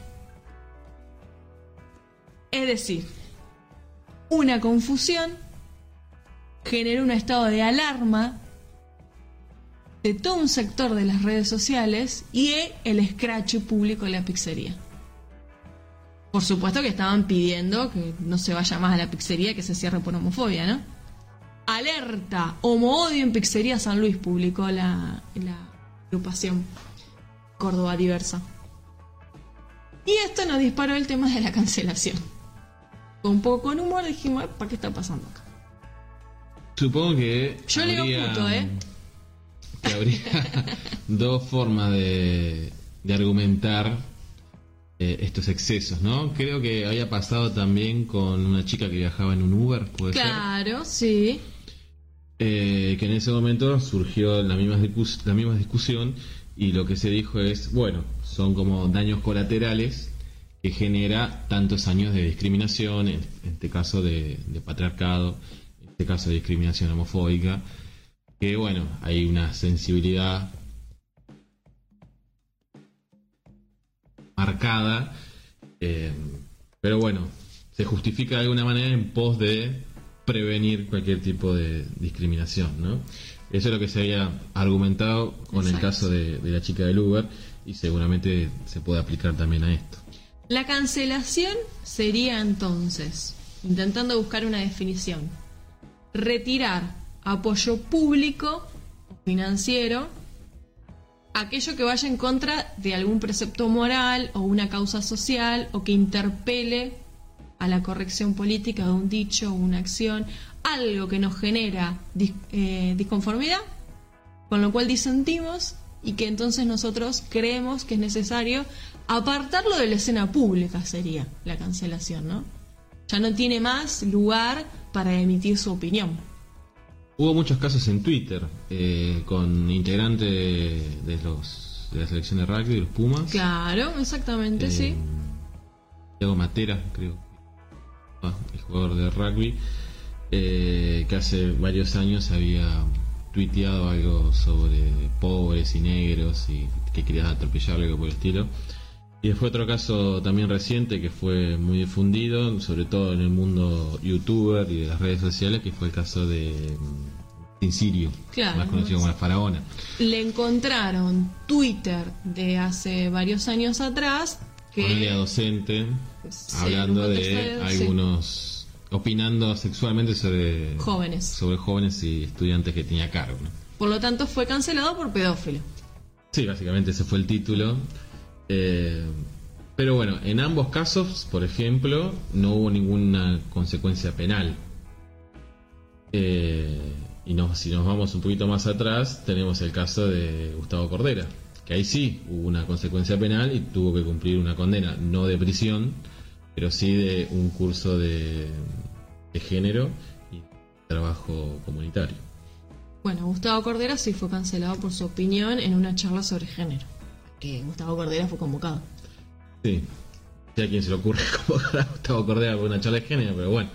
Es decir, una confusión generó un estado de alarma de todo un sector de las redes sociales y el escrache público de la pizzería. Por supuesto que estaban pidiendo que no se vaya más a la pizzería, que se cierre por homofobia, ¿no? Alerta, homo-odio en Pizzería San Luis, publicó la, la agrupación Córdoba Diversa. Y esto nos disparó el tema de la cancelación. Con un poco con humor dijimos, ¿para qué está pasando acá? Supongo que Yo habría, le digo puto, ¿eh? que habría dos formas de, de argumentar eh, estos excesos, ¿no? Creo que había pasado también con una chica que viajaba en un Uber, ¿puede ser? Claro, sí. Eh, que en ese momento surgió la misma, discus- la misma discusión y lo que se dijo es, bueno, son como daños colaterales que genera tantos años de discriminación, en este caso de, de patriarcado, en este caso de discriminación homofóbica, que bueno, hay una sensibilidad marcada, eh, pero bueno, se justifica de alguna manera en pos de prevenir cualquier tipo de discriminación, ¿no? Eso es lo que se había argumentado con Exacto. el caso de, de la chica del Uber y seguramente se puede aplicar también a esto. La cancelación sería entonces, intentando buscar una definición, retirar apoyo público o financiero, aquello que vaya en contra de algún precepto moral o una causa social o que interpele a la corrección política de un dicho o una acción, algo que nos genera dis- eh, disconformidad, con lo cual disentimos y que entonces nosotros creemos que es necesario apartarlo de la escena pública, sería la cancelación, ¿no? Ya no tiene más lugar para emitir su opinión. Hubo muchos casos en Twitter eh, con integrantes de, de los de la selección de rugby, de los Pumas. Claro, exactamente, eh, sí. Thiago Matera, creo. Ah, el jugador de rugby, eh, que hace varios años había tuiteado algo sobre pobres y negros y que quería atropellarle, algo por el estilo. Y después otro caso también reciente que fue muy difundido, sobre todo en el mundo youtuber y de las redes sociales, que fue el caso de Sin Sirio, claro, más conocido como la Faraona. Le encontraron Twitter de hace varios años atrás que... Con ella docente, sí, hablando de tercero, algunos... Sí. Opinando sexualmente sobre... Jóvenes. Sobre jóvenes y estudiantes que tenía a cargo, ¿no? Por lo tanto fue cancelado por pedófilo. Sí, básicamente ese fue el título. Eh, Pero bueno, en ambos casos, por ejemplo, no hubo ninguna consecuencia penal. Eh, y nos, si nos vamos un poquito más atrás, tenemos el caso de Gustavo Cordera, que ahí sí hubo una consecuencia penal y tuvo que cumplir una condena, no de prisión, pero sí de un curso de, de género y trabajo comunitario. Bueno, Gustavo Cordera sí fue cancelado por su opinión en una charla sobre género, que Gustavo Cordera fue convocado. Sí, si a quien se le ocurre convocar a Gustavo Cordera por una charla de género, pero bueno.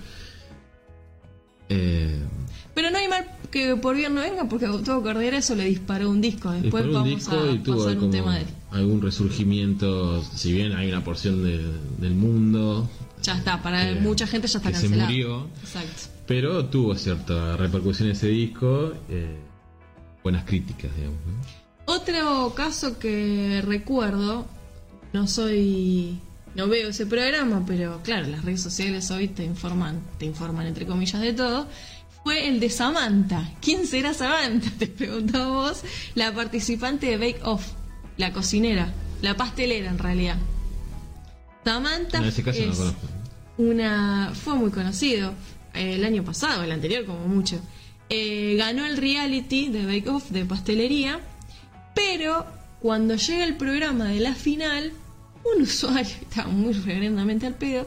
Eh... Pero no hay mal que por bien no venga, porque a Gustavo Cordera eso le disparó un disco. Después un vamos disco a y tuvo pasar un tema de él. Algún resurgimiento, si bien hay una porción de, del mundo. Ya está, para eh, mucha gente ya está que cancelado. Se murió. Exacto. Pero tuvo cierta repercusión ese disco, eh, buenas críticas, digamos, ¿no? Otro caso que recuerdo, no soy, no veo ese programa, pero claro, las redes sociales hoy te informan, te informan entre comillas de todo, fue el de Samantha. ¿Quién será Samantha? Te preguntaba vos, la participante de Bake Off, la cocinera, la pastelera en realidad. Samantha en ese caso es no conozco. una, fue muy conocido. El año pasado, el anterior como mucho, eh, ganó el reality de Bake Off de pastelería, pero cuando llega el programa de la final, un usuario, estaba muy reverendamente al pedo,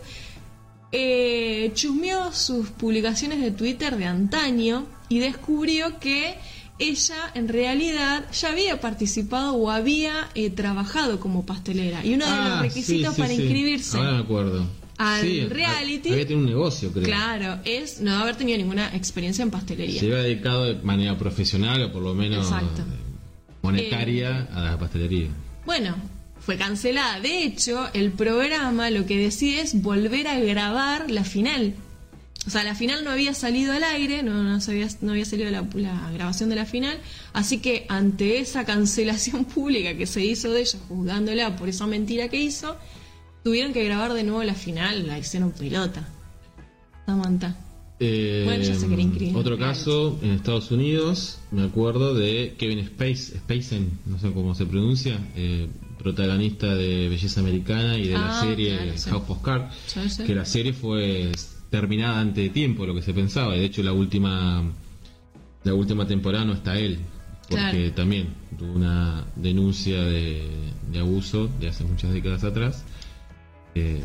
eh, chusmeó sus publicaciones de Twitter de antaño y descubrió que ella en realidad ya había participado o había eh, trabajado como pastelera, y uno de ah, los requisitos sí, sí, para sí. inscribirse Ahora me acuerdo. al sí, reality, había tenido un negocio, creo. Claro, es no haber tenido ninguna experiencia en pastelería. Se había dedicado de manera profesional o por lo menos Exacto. monetaria eh, a la pastelería. Bueno, fue cancelada. De hecho, el programa lo que decide es volver a grabar la final. O sea, la final no había salido al aire, no, no, se había, no había salido la, la grabación de la final, así que ante esa cancelación pública que se hizo de ella, juzgándola por esa mentira que hizo, tuvieron que grabar de nuevo la final, la hicieron pelota. Samantha. Eh, Bueno, ya se quería inscribir. Otro caso en Estados Unidos, me acuerdo de Kevin Space, Spacey, no sé cómo se pronuncia, eh, protagonista de Belleza Americana y de Ah, la serie claro, sí. House of Cards, Sí, sí. que la serie fue terminada antes de tiempo, lo que se pensaba, y de hecho la última la última temporada no está él, porque Claro. también tuvo una denuncia de, de abuso de hace muchas décadas atrás, eh,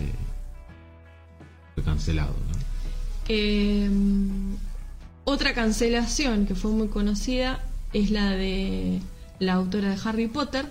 fue cancelado, ¿no? Eh, otra cancelación que fue muy conocida es la de la autora de Harry Potter,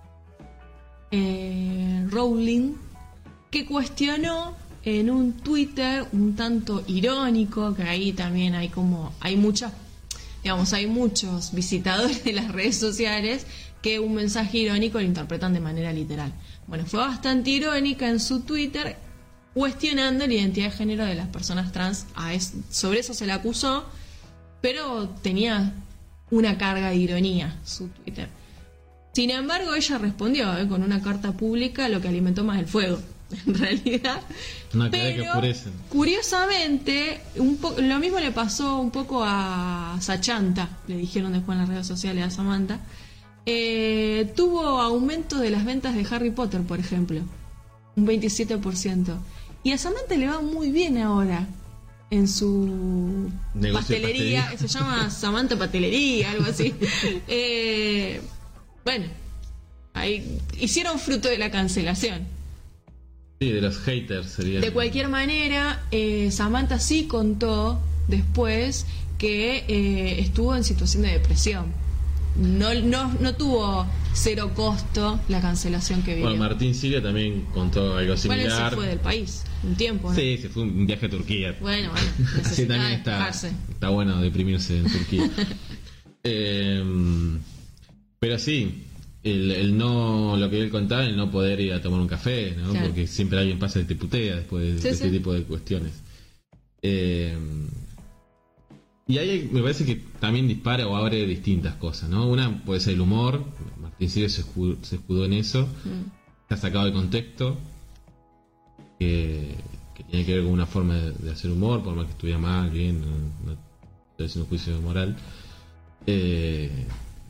eh, Rowling, que cuestionó en un Twitter un tanto irónico, que ahí también hay como hay muchas, digamos, hay muchos visitadores de las redes sociales que un mensaje irónico lo interpretan de manera literal. Bueno, fue bastante irónica en su Twitter, cuestionando la identidad de género de las personas trans. A es, sobre eso se le acusó, pero tenía una carga de ironía su Twitter. Sin embargo, ella respondió eh, con una carta pública, lo que alimentó más el fuego, en realidad. Una cara que Pero, oscurece. curiosamente, un po- lo mismo le pasó un poco a Sachanta, le dijeron después en las redes sociales a Samantha. Eh, tuvo aumento de las ventas de Harry Potter, por ejemplo, un veintisiete por ciento. Y a Samantha le va muy bien ahora en su Negocio de pastelería, pastelería. se llama Samantha Pastelería, algo así. eh, bueno, ahí hicieron fruto de la cancelación. Sí, de los haters sería. De cualquier manera, eh, Samantha sí contó después que eh, estuvo en situación de depresión. No, no, no tuvo cero costo la cancelación que vivió. Bueno, Martín Siria también contó algo Bueno, similar. él se fue del país un tiempo, ¿no? Sí, se fue un viaje a Turquía. Bueno, bueno, Así necesitaba también está, despejarse. está bueno deprimirse en Turquía. Eh, pero sí, el, el no, lo que él contaba, el no poder ir a tomar un café, ¿no? Claro. Porque siempre alguien pasa y te putea después de, Sí, de sí. este tipo de cuestiones. Eh, y ahí me parece que también dispara o abre distintas cosas, ¿no? Una puede ser el humor. Martín Siria se escudó, se escudó en eso. Mm. Está sacado de contexto. Que, que tiene que ver con una forma de, de hacer humor, por más que estuviera mal, bien, no, no estoy haciendo un juicio moral. Eh,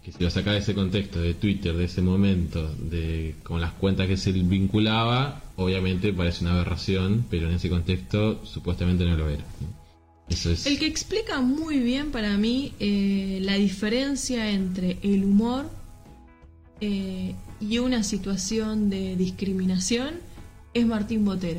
que si lo sacaba de ese contexto, de Twitter, de ese momento, de con las cuentas que se vinculaba, obviamente parece una aberración, pero en ese contexto supuestamente no lo era. Eso es... El que explica muy bien para mí eh, la diferencia entre el humor eh, y una situación de discriminación es Martín Botero.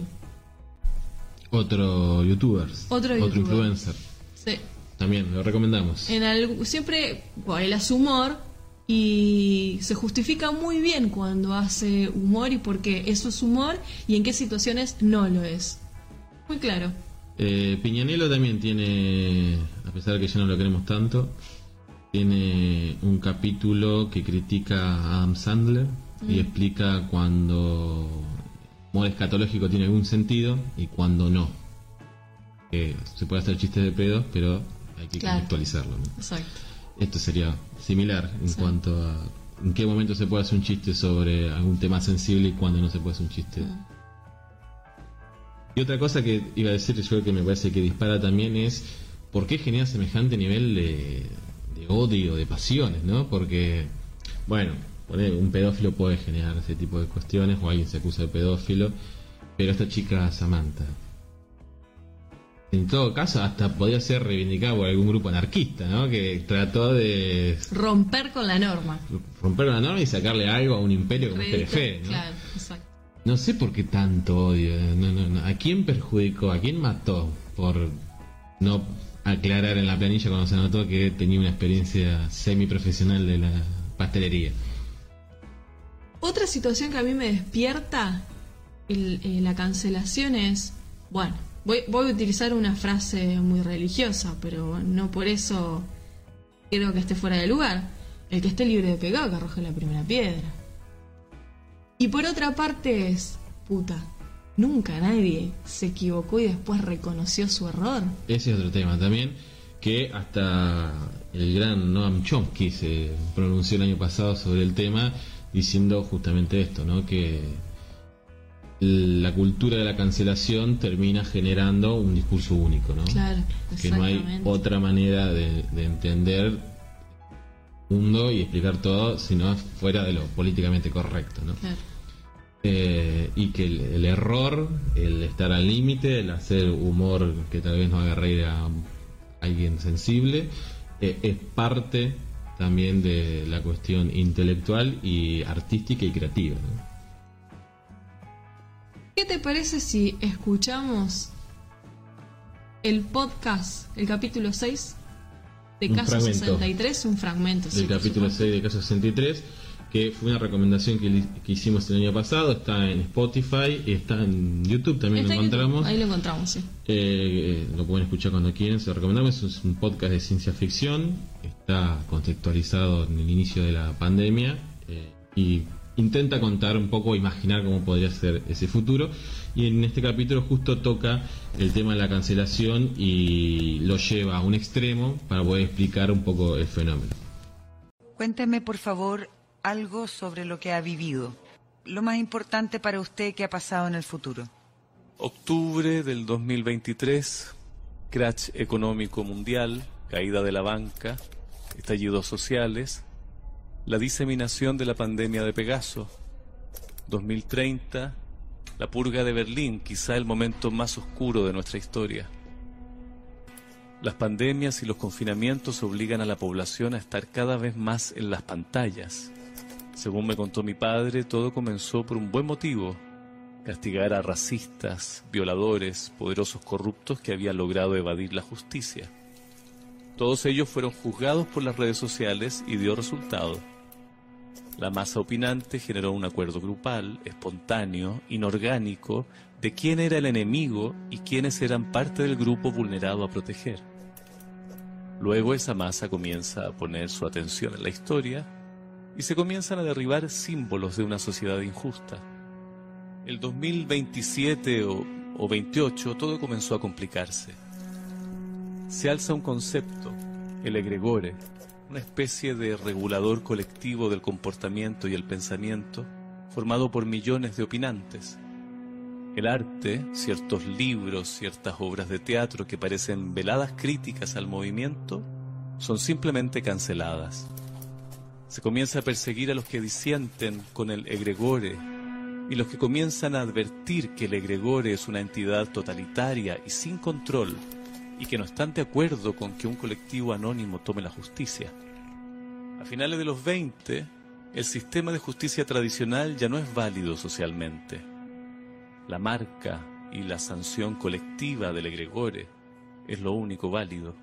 Otro youtuber, otro, otro YouTuber. influencer. Sí. También lo recomendamos. En algo, siempre bueno, él hace humor y se justifica muy bien cuando hace humor y por qué eso es humor y en qué situaciones no lo es. Muy claro. Eh, Piñanello también tiene, a pesar de que ya no lo queremos tanto, tiene un capítulo que critica a Adam Sandler mm. y explica cuando humor escatológico tiene algún sentido y cuando no. Eh, se puede hacer chistes de pedos, pero hay que claro. contextualizarlo, ¿no? Exacto. Esto sería similar en sí. cuanto a en qué momento se puede hacer un chiste sobre algún tema sensible y cuándo no se puede hacer un chiste. Mm. Y otra cosa que iba a decir, yo creo que me parece que dispara también es por qué genera semejante nivel de, de odio, de pasiones, ¿no? Porque, bueno, un pedófilo puede generar ese tipo de cuestiones o alguien se acusa de pedófilo, pero esta chica Samantha, en todo caso, hasta podía ser reivindicada por algún grupo anarquista, ¿no? Que trató de romper con la norma. Romper con la norma y sacarle algo a un imperio como Telefe, ¿no? Claro, exacto. No sé por qué tanto odio. No, no, no. ¿A quién perjudicó? ¿A quién mató? Por no aclarar en la planilla cuando se notó que tenía una experiencia semiprofesional de la pastelería. Otra situación que a mí me despierta el, eh, la cancelación es, bueno, voy, voy a utilizar una frase muy religiosa, pero no por eso creo que esté fuera de lugar. El que esté libre de pecado que arroje la primera piedra. Y por otra parte es, puta, nunca nadie se equivocó y después reconoció su error. Ese es otro tema también, que hasta el gran Noam Chomsky se pronunció el año pasado sobre el tema, diciendo justamente esto, ¿no? Que la cultura de la cancelación termina generando un discurso único, ¿no? Claro, que no hay otra manera de, de entender mundo y explicar todo sino fuera de lo políticamente correcto, ¿no? Claro. Eh, y que el, el error, el estar al límite, el hacer humor que tal vez no haga reír a alguien sensible, eh, es parte también de la cuestión intelectual y artística y creativa, ¿no? ¿Qué te parece si escuchamos el podcast, el capítulo seis de un Caso fragmento sesenta y tres, un fragmento del sí, capítulo seis de Caso sesenta y tres, que fue una recomendación que, que hicimos el año pasado? Está en Spotify y está en YouTube también. Está lo encontramos YouTube. Ahí lo encontramos, sí. Eh, lo pueden escuchar cuando quieran, se lo recomendamos. Es un podcast de ciencia ficción, está contextualizado en el inicio de la pandemia eh, y intenta contar un poco, imaginar cómo podría ser ese futuro, y en este capítulo justo toca el tema de la cancelación y lo lleva a un extremo para poder explicar un poco el fenómeno. Cuénteme, por favor, algo sobre lo que ha vivido, lo más importante para usted que ha pasado en el futuro. Octubre del dos mil veintitrés, crash económico mundial, caída de la banca, estallidos sociales, la diseminación de la pandemia de Pegaso. dos mil treinta, la purga de Berlín, quizá el momento más oscuro de nuestra historia. Las pandemias y los confinamientos obligan a la población a estar cada vez más en las pantallas. Según me contó mi padre, todo comenzó por un buen motivo: castigar a racistas, violadores, poderosos corruptos que habían logrado evadir la justicia. Todos ellos fueron juzgados por las redes sociales y dio resultado. La masa opinante generó un acuerdo grupal, espontáneo, inorgánico, de quién era el enemigo y quiénes eran parte del grupo vulnerado a proteger. Luego esa masa comienza a poner su atención en la historia y se comienzan a derribar símbolos de una sociedad injusta. El dos mil veintisiete o, o veintiocho todo comenzó a complicarse. Se alza un concepto, el egregore, una especie de regulador colectivo del comportamiento y el pensamiento, formado por millones de opinantes. El arte, ciertos libros, ciertas obras de teatro que parecen veladas críticas al movimiento, son simplemente canceladas. Se comienza a perseguir a los que disienten con el egregore y los que comienzan a advertir que el egregore es una entidad totalitaria y sin control y que no están de acuerdo con que un colectivo anónimo tome la justicia. A finales de los veinte, el sistema de justicia tradicional ya no es válido socialmente. La marca y la sanción colectiva del egregore es lo único válido.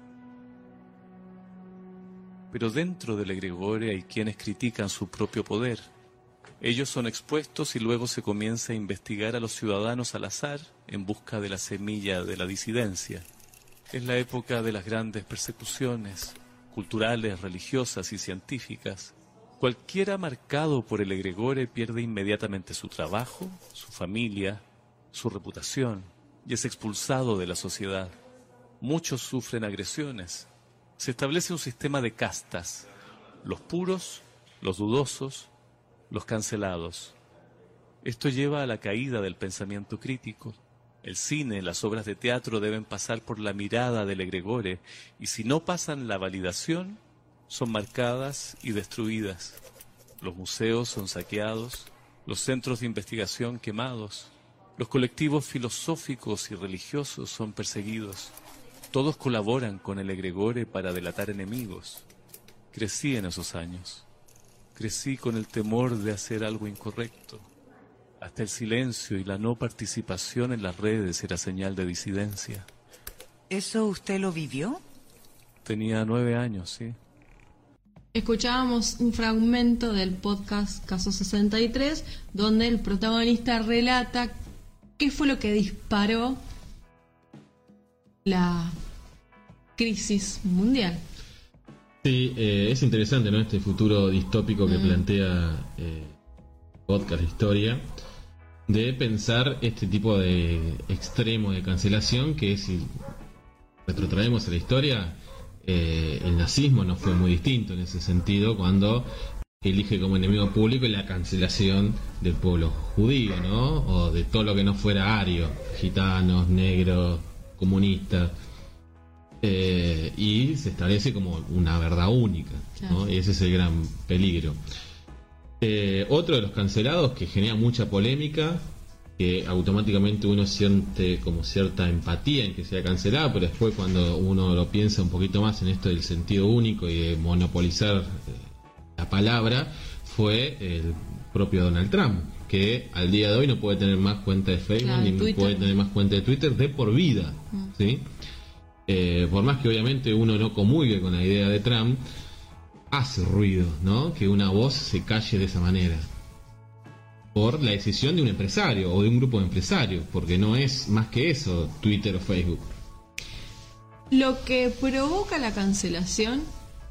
Pero dentro del egregore hay quienes critican su propio poder. Ellos son expuestos y luego se comienza a investigar a los ciudadanos al azar en busca de la semilla de la disidencia. Es la época de las grandes persecuciones culturales, religiosas y científicas. Cualquiera marcado por el egregore pierde inmediatamente su trabajo, su familia, su reputación y es expulsado de la sociedad. Muchos sufren agresiones. Se establece un sistema de castas: los puros, los dudosos, los cancelados. Esto lleva a la caída del pensamiento crítico. El cine, las obras de teatro deben pasar por la mirada del egregore y si no pasan la validación, son marcadas y destruidas. Los museos son saqueados, los centros de investigación quemados, los colectivos filosóficos y religiosos son perseguidos. Todos colaboran con el egregore para delatar enemigos. Crecí en esos años. Crecí con el temor de hacer algo incorrecto. Hasta el silencio y la no participación en las redes era señal de disidencia. ¿Eso usted lo vivió? Tenía nueve años, sí. Escuchábamos un fragmento del podcast Caso sesenta y tres, donde el protagonista relata qué fue lo que disparó la crisis mundial. Sí, eh, es interesante, ¿no? Este futuro distópico que mm. plantea eh, podcast, la historia, de pensar este tipo de extremo de cancelación que, si retrotraemos a la historia, eh, el nazismo no fue muy distinto en ese sentido, cuando elige como enemigo público la cancelación del pueblo judío, ¿no? O de todo lo que no fuera ario, gitanos, negros, comunistas. Eh, y se establece como una verdad única, ¿no? Y ese es el gran peligro. Eh, otro de los cancelados que genera mucha polémica, que automáticamente uno siente como cierta empatía en que sea cancelado, pero después cuando uno lo piensa un poquito más en esto del sentido único y de monopolizar eh, la palabra, fue el propio Donald Trump, que al día de hoy no puede tener más cuenta de Facebook, claro, ni Twitter. puede tener más cuenta de Twitter de por vida, mm. ¿sí? Eh, por más que obviamente uno no comulgue con la idea de Trump, hace ruido, ¿no? Que una voz se calle de esa manera por la decisión de un empresario o de un grupo de empresarios, porque no es más que eso Twitter o Facebook. Lo que provoca la cancelación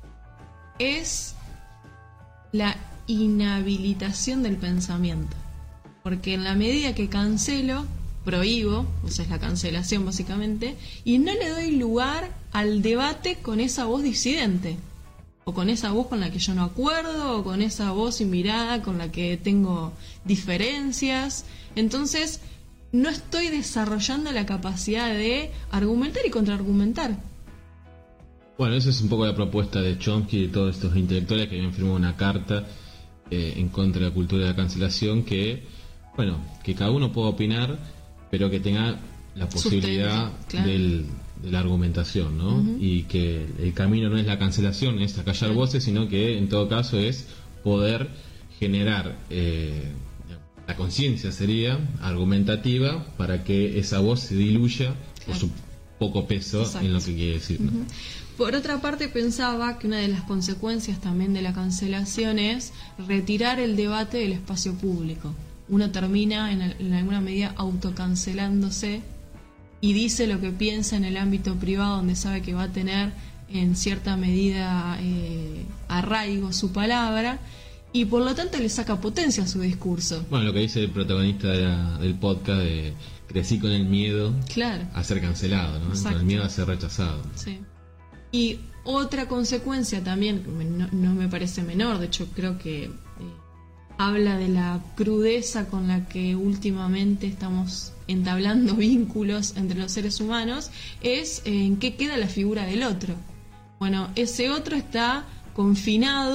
es la inhabilitación del pensamiento, porque en la medida que cancelo, prohíbo, o sea, es la cancelación básicamente, y no le doy lugar al debate con esa voz disidente, o con esa voz con la que yo no acuerdo, o con esa voz sin mirada con la que tengo diferencias. Entonces no estoy desarrollando la capacidad de argumentar y contraargumentar. Bueno, esa es un poco la propuesta de Chomsky y de todos estos intelectuales que habían firmado una carta eh, en contra de la cultura de la cancelación, que, bueno, que cada uno pueda opinar, pero que tenga la posibilidad claro. del, de la argumentación, ¿no? Uh-huh. Y que el camino no es la cancelación, es acallar claro. voces, sino que en todo caso es poder generar eh, la conciencia, sería argumentativa, para que esa voz se diluya claro. por su poco peso Exacto. en lo que quiere decir, ¿no? Uh-huh. Por otra parte, pensaba que una de las consecuencias también de la cancelación es retirar el debate del espacio público. Uno termina en, en alguna medida autocancelándose y dice lo que piensa en el ámbito privado, donde sabe que va a tener en cierta medida eh, arraigo su palabra, y por lo tanto le saca potencia a su discurso. Bueno, lo que dice el protagonista de la, del podcast, de crecí con el miedo claro. a ser cancelado, ¿no? Con el miedo a ser rechazado. Sí. Y otra consecuencia también, no, no me parece menor, de hecho creo que eh, habla de la crudeza con la que últimamente estamos entablando vínculos entre los seres humanos, es en qué queda la figura del otro. Bueno, ese otro está confinado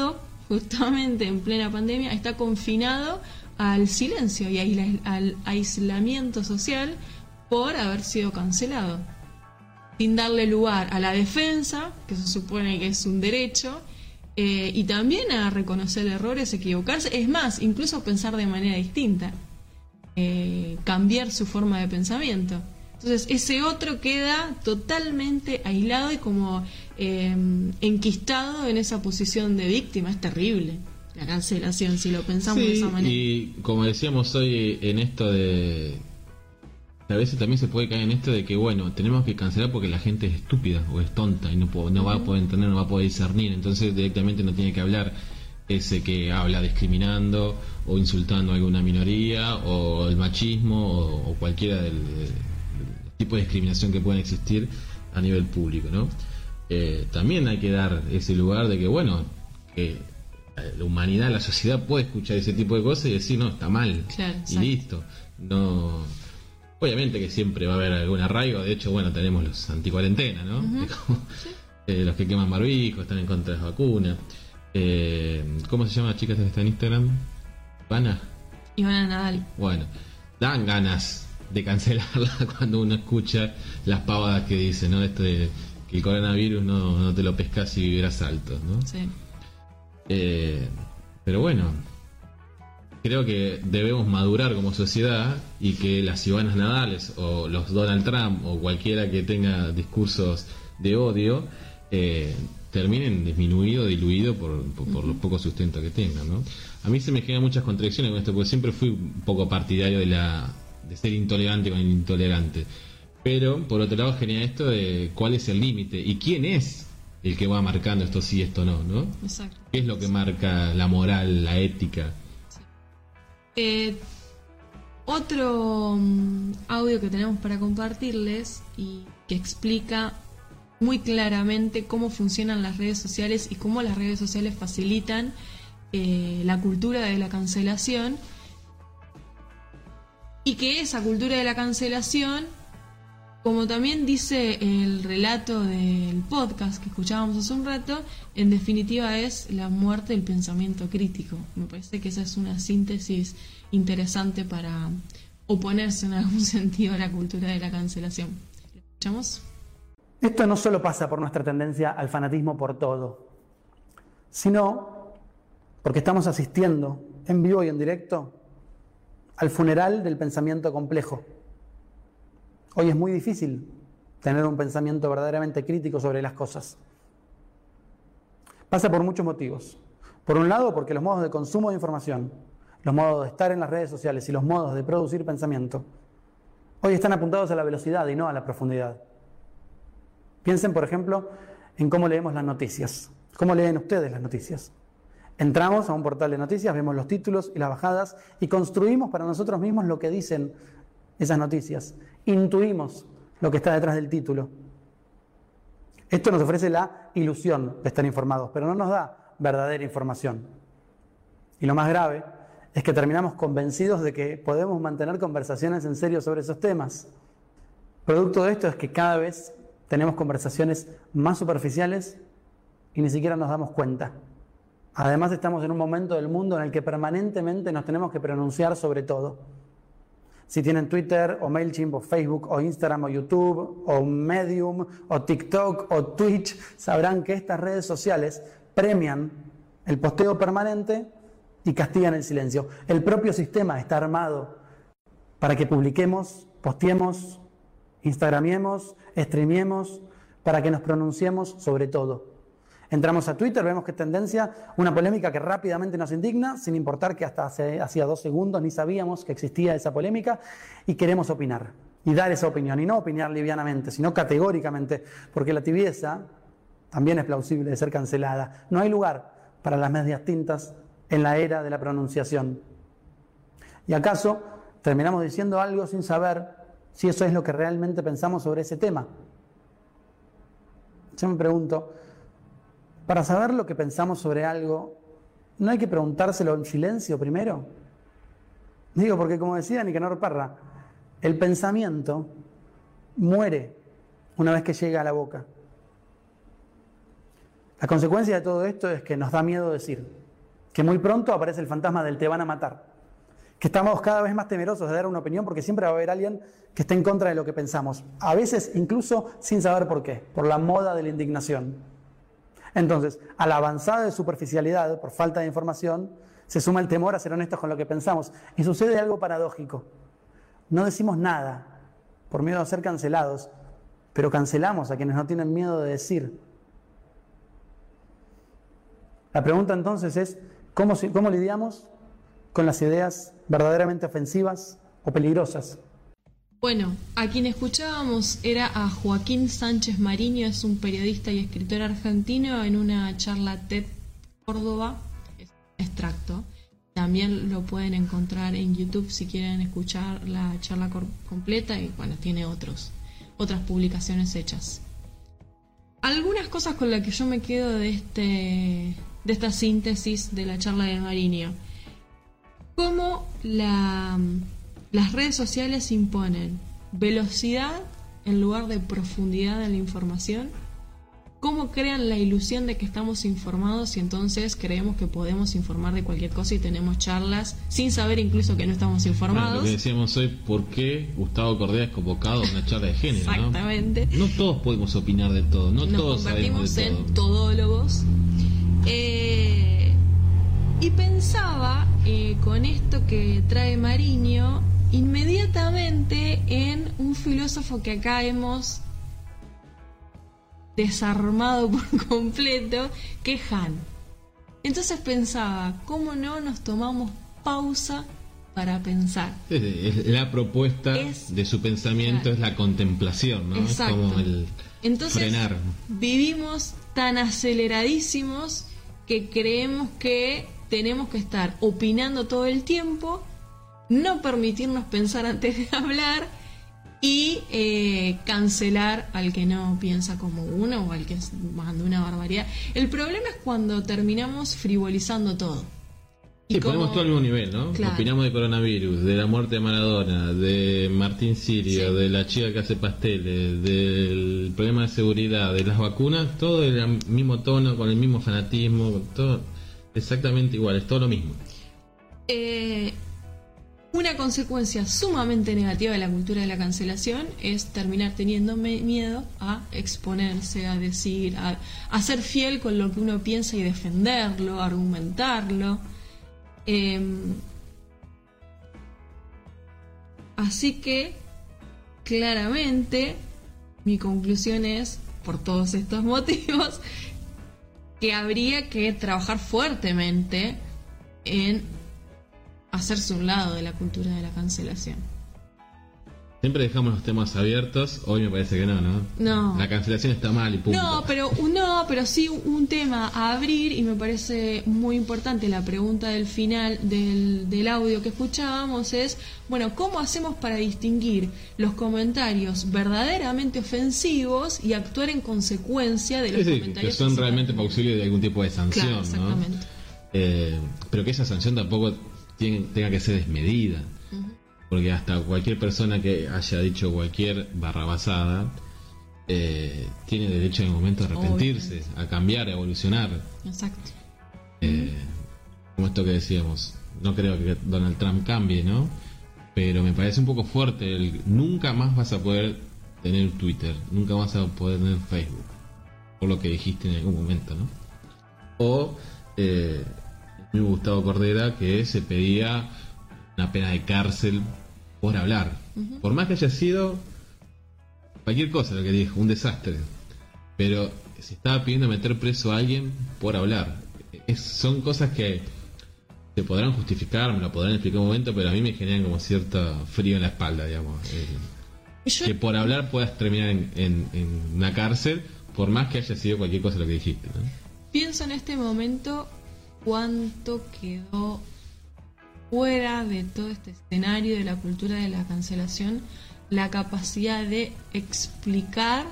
justamente en plena pandemia, está confinado al silencio y aisla- al aislamiento social por haber sido cancelado, sin darle lugar a la defensa, que se supone que es un derecho, eh, y también a reconocer errores, equivocarse, es más, incluso pensar de manera distinta, eh, cambiar su forma de pensamiento. Entonces ese otro queda totalmente aislado y como eh, enquistado en esa posición de víctima. Es terrible la cancelación si lo pensamos Sí, de esa manera. Y como decíamos hoy en esto de... A veces también se puede caer en esto de que, bueno, tenemos que cancelar porque la gente es estúpida o es tonta y no, puedo, no va a poder entender, no va a poder discernir. Entonces directamente no tiene que hablar ese que habla discriminando o insultando a alguna minoría o el machismo o, o cualquiera del... del tipo de discriminación que pueden existir a nivel público, ¿no? Eh, también hay que dar ese lugar de que, bueno, que la humanidad, la sociedad puede escuchar ese tipo de cosas y decir, no, está mal, claro, y exacto. listo. No, obviamente que siempre va a haber algún arraigo. De hecho, bueno, tenemos los anticuarentena, ¿no? Uh-huh. Como, eh, los que queman barbijos, están en contra de las vacunas. Eh, ¿Cómo se llama la chica que está en Instagram? ¿Ivana? Ivana Nadal. Bueno, dan ganas de cancelarla cuando uno escucha las pavadas que dice, ¿no? Esto de que el coronavirus no, no te lo pescas y vivirás alto, ¿no? Sí. Eh, pero bueno, creo que debemos madurar como sociedad y que las Ivanas Nadales o los Donald Trump o cualquiera que tenga discursos de odio eh, terminen disminuido, diluido por, por, por los pocos sustentos que tengan, ¿no? A mí se me generan muchas contradicciones con esto porque siempre fui un poco partidario de la de ser intolerante con el intolerante, pero por otro lado genera esto de cuál es el límite y quién es el que va marcando esto sí, esto no, ¿no? Exacto. ¿Qué es lo que marca la moral, la ética? Eh, otro um, audio que tenemos para compartirles y que explica muy claramente cómo funcionan las redes sociales y cómo las redes sociales facilitan eh, la cultura de la cancelación. Y que esa cultura de la cancelación, como también dice el relato del podcast que escuchábamos hace un rato, en definitiva es la muerte del pensamiento crítico. Me parece que esa es una síntesis interesante para oponerse en algún sentido a la cultura de la cancelación. ¿Lo escuchamos? Esto no solo pasa por nuestra tendencia al fanatismo por todo, sino porque estamos asistiendo en vivo y en directo al funeral del pensamiento complejo. Hoy es muy difícil tener un pensamiento verdaderamente crítico sobre las cosas. Pasa por muchos motivos. Por un lado, porque los modos de consumo de información, los modos de estar en las redes sociales y los modos de producir pensamiento, hoy están apuntados a la velocidad y no a la profundidad. Piensen, por ejemplo, en cómo leemos las noticias. ¿Cómo leen ustedes las noticias? Entramos a un portal de noticias, vemos los títulos y las bajadas y construimos para nosotros mismos lo que dicen esas noticias. Intuimos lo que está detrás del título. Esto nos ofrece la ilusión de estar informados, pero no nos da verdadera información. Y lo más grave es que terminamos convencidos de que podemos mantener conversaciones en serio sobre esos temas. Producto de esto es que cada vez tenemos conversaciones más superficiales y ni siquiera nos damos cuenta. Además, estamos en un momento del mundo en el que permanentemente nos tenemos que pronunciar sobre todo. Si tienen Twitter, o MailChimp, o Facebook, o Instagram, o YouTube, o Medium, o TikTok, o Twitch, sabrán que estas redes sociales premian el posteo permanente y castigan el silencio. El propio sistema está armado para que publiquemos, posteemos, instagramiemos, streamiemos, para que nos pronunciemos sobre todo. Entramos a Twitter, vemos que tendencia, una polémica que rápidamente nos indigna, sin importar que hasta hace, hacía dos segundos ni sabíamos que existía esa polémica, y queremos opinar, y dar esa opinión, y no opinar livianamente, sino categóricamente, porque la tibieza también es plausible de ser cancelada. No hay lugar para las medias tintas en la era de la pronunciación. ¿Y acaso terminamos diciendo algo sin saber si eso es lo que realmente pensamos sobre ese tema? Yo me pregunto, para saber lo que pensamos sobre algo, ¿no hay que preguntárselo en silencio primero? Digo, porque como decía Nicanor Parra, el pensamiento muere una vez que llega a la boca. La consecuencia de todo esto es que nos da miedo decir. que muy pronto aparece el fantasma del te van a matar, que estamos cada vez más temerosos de dar una opinión porque siempre va a haber alguien que esté en contra de lo que pensamos, a veces incluso sin saber por qué, por la moda de la indignación. Entonces, a la avanzada de superficialidad, por falta de información, se suma el temor a ser honestos con lo que pensamos. Y sucede algo paradójico. No decimos nada por miedo a ser cancelados, pero cancelamos a quienes no tienen miedo de decir. La pregunta entonces es, ¿cómo, cómo lidiamos con las ideas verdaderamente ofensivas o peligrosas? Bueno, a quien escuchábamos era a Joaquín Sánchez Mariño, es un periodista y escritor argentino, en una charla TED Córdoba, extracto. También lo pueden encontrar en YouTube si quieren escuchar la charla cor- completa y bueno, tiene otros, otras publicaciones hechas. Algunas cosas con las que yo me quedo de, este, de esta síntesis de la charla de Mariño. Cómo la... Las redes sociales imponen velocidad en lugar de profundidad en la información. Cómo crean la ilusión de que estamos informados y entonces creemos que podemos informar de cualquier cosa y tenemos charlas sin saber incluso que no estamos informados. Bueno, lo que decíamos hoy, ¿por qué Gustavo Cordea es convocado a una charla de género? Exactamente. No, no todos podemos opinar de todo, no Nos todos sabemos de todo. en todólogos. Eh, y pensaba eh, con esto que trae Mariño inmediatamente en un filósofo que acá hemos desarmado por completo, que es Han. Entonces pensaba, ¿cómo no nos tomamos pausa para pensar? La propuesta es, de su pensamiento claro. es la contemplación, ¿no? Exacto. Es como el Entonces, frenar. Vivimos tan aceleradísimos que creemos que tenemos que estar opinando todo el tiempo, no permitirnos pensar antes de hablar y eh, cancelar al que no piensa como uno o al que manda una barbaridad. El problema es cuando terminamos frivolizando todo. Sí, como... ponemos todo al mismo nivel, ¿no? Claro. Opinamos de coronavirus, de la muerte de Maradona, de Martín Sirio, sí. de la chica que hace pasteles, del problema de seguridad, de las vacunas, todo en el mismo tono, con el mismo fanatismo, todo exactamente igual, es todo lo mismo. Eh... Una consecuencia sumamente negativa de la cultura de la cancelación es terminar teniendo miedo a exponerse, a decir, a, a ser fiel con lo que uno piensa y defenderlo, a argumentarlo. Eh, así que, claramente, mi conclusión es, por todos estos motivos, que habría que trabajar fuertemente en hacerse un lado de la cultura de la cancelación. Siempre dejamos los temas abiertos, hoy me parece que no, ¿no? No. La cancelación está mal y punto. No, pero no, pero sí un tema a abrir y me parece muy importante la pregunta del final del, del audio que escuchábamos es, bueno, ¿cómo hacemos para distinguir los comentarios verdaderamente ofensivos y actuar en consecuencia de los sí, sí, comentarios que son realmente plausibles de algún tipo de sanción, claro, exactamente. ¿no? Eh, pero que esa sanción tampoco tenga que ser desmedida, uh-huh. porque hasta cualquier persona que haya dicho cualquier barrabasada eh, tiene derecho en el momento a arrepentirse, obviamente. A cambiar, a evolucionar. Exacto. Eh, uh-huh. Como esto que decíamos, no creo que Donald Trump cambie, ¿no? Pero me parece un poco fuerte el nunca más vas a poder tener Twitter, nunca vas a poder tener Facebook, por lo que dijiste en algún momento, ¿no? O eh, Gustavo Cordera, que se pedía una pena de cárcel por hablar, uh-huh. por más que haya sido cualquier cosa lo que dijo, un desastre, pero se estaba pidiendo meter preso a alguien por hablar. Es, son cosas que se podrán justificar, me lo podrán explicar un momento, pero a mí me generan como cierto frío en la espalda, digamos. El, Yo... que por hablar puedas terminar en, en, en una cárcel, por más que haya sido cualquier cosa lo que dijiste, ¿no? Pienso en este momento cuánto quedó fuera de todo este escenario de la cultura de la cancelación la capacidad de explicar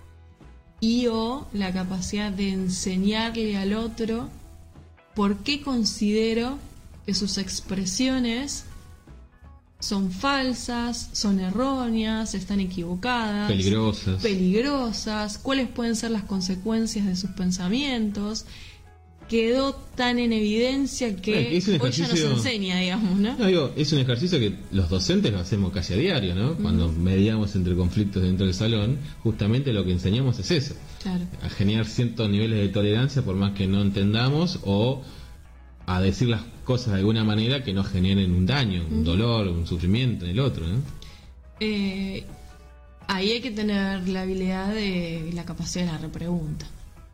y o la capacidad de enseñarle al otro por qué considero que sus expresiones son falsas, son erróneas, están equivocadas, peligrosas, peligrosas, cuáles pueden ser las consecuencias de sus pensamientos. quedó tan en evidencia que, Bueno, que es un hoy ya nos ejercicio- enseña, digamos, ¿no? No, digo, es un ejercicio que los docentes lo hacemos casi a diario, ¿no? Cuando mediamos entre conflictos dentro del salón, justamente lo que enseñamos es eso, Claro. a generar ciertos niveles de tolerancia por más que no entendamos, o a decir las cosas de alguna manera que no generen un daño, un Ujú. dolor, un sufrimiento en el otro, ¿no? Eh, ahí hay que tener la habilidad de la capacidad de la repregunta.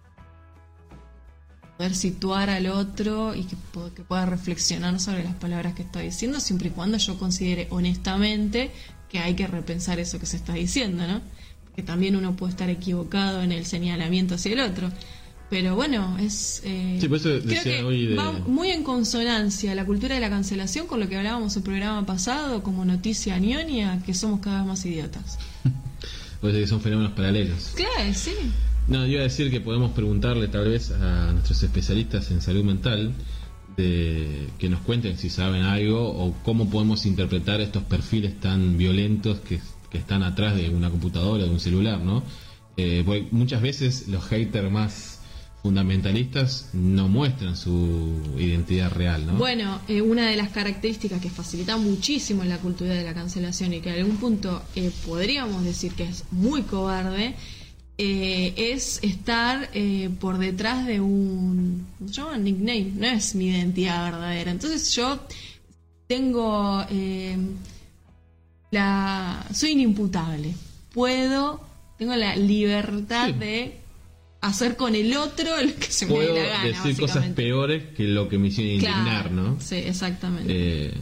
Poder situar al otro y que, po- que pueda reflexionar sobre las palabras que está diciendo, siempre y cuando yo considere honestamente que hay que repensar eso que se está diciendo, ¿no? Porque también uno puede estar equivocado en el señalamiento hacia el otro. Pero bueno, es eh, Sí, por eso creo decía que hoy de... va muy en consonancia la cultura de la cancelación con lo que hablábamos el programa pasado como noticia ñoña, que somos cada vez más idiotas. Pues que son fenómenos paralelos. Claro, sí. No, iba a decir que podemos preguntarle tal vez a nuestros especialistas en salud mental de que nos cuenten si saben algo o cómo podemos interpretar estos perfiles tan violentos que, que están atrás de una computadora, de un celular, ¿no? Eh, porque muchas veces los haters más fundamentalistas no muestran su identidad real, ¿no? Bueno, eh, una de las características que facilita muchísimo en la cultura de la cancelación y que a algún punto eh, podríamos decir que es muy cobarde, eh, es estar eh, por detrás de un, ¿cómo se llama? Nickname, no es mi identidad verdadera. Entonces yo tengo eh, la, soy inimputable, puedo, tengo la libertad Sí. de hacer con el otro lo que se me Puedo dé la gana, decir cosas básicamente. peores que lo que me hicieron indignar, Claro, ¿no? sí, exactamente. Eh,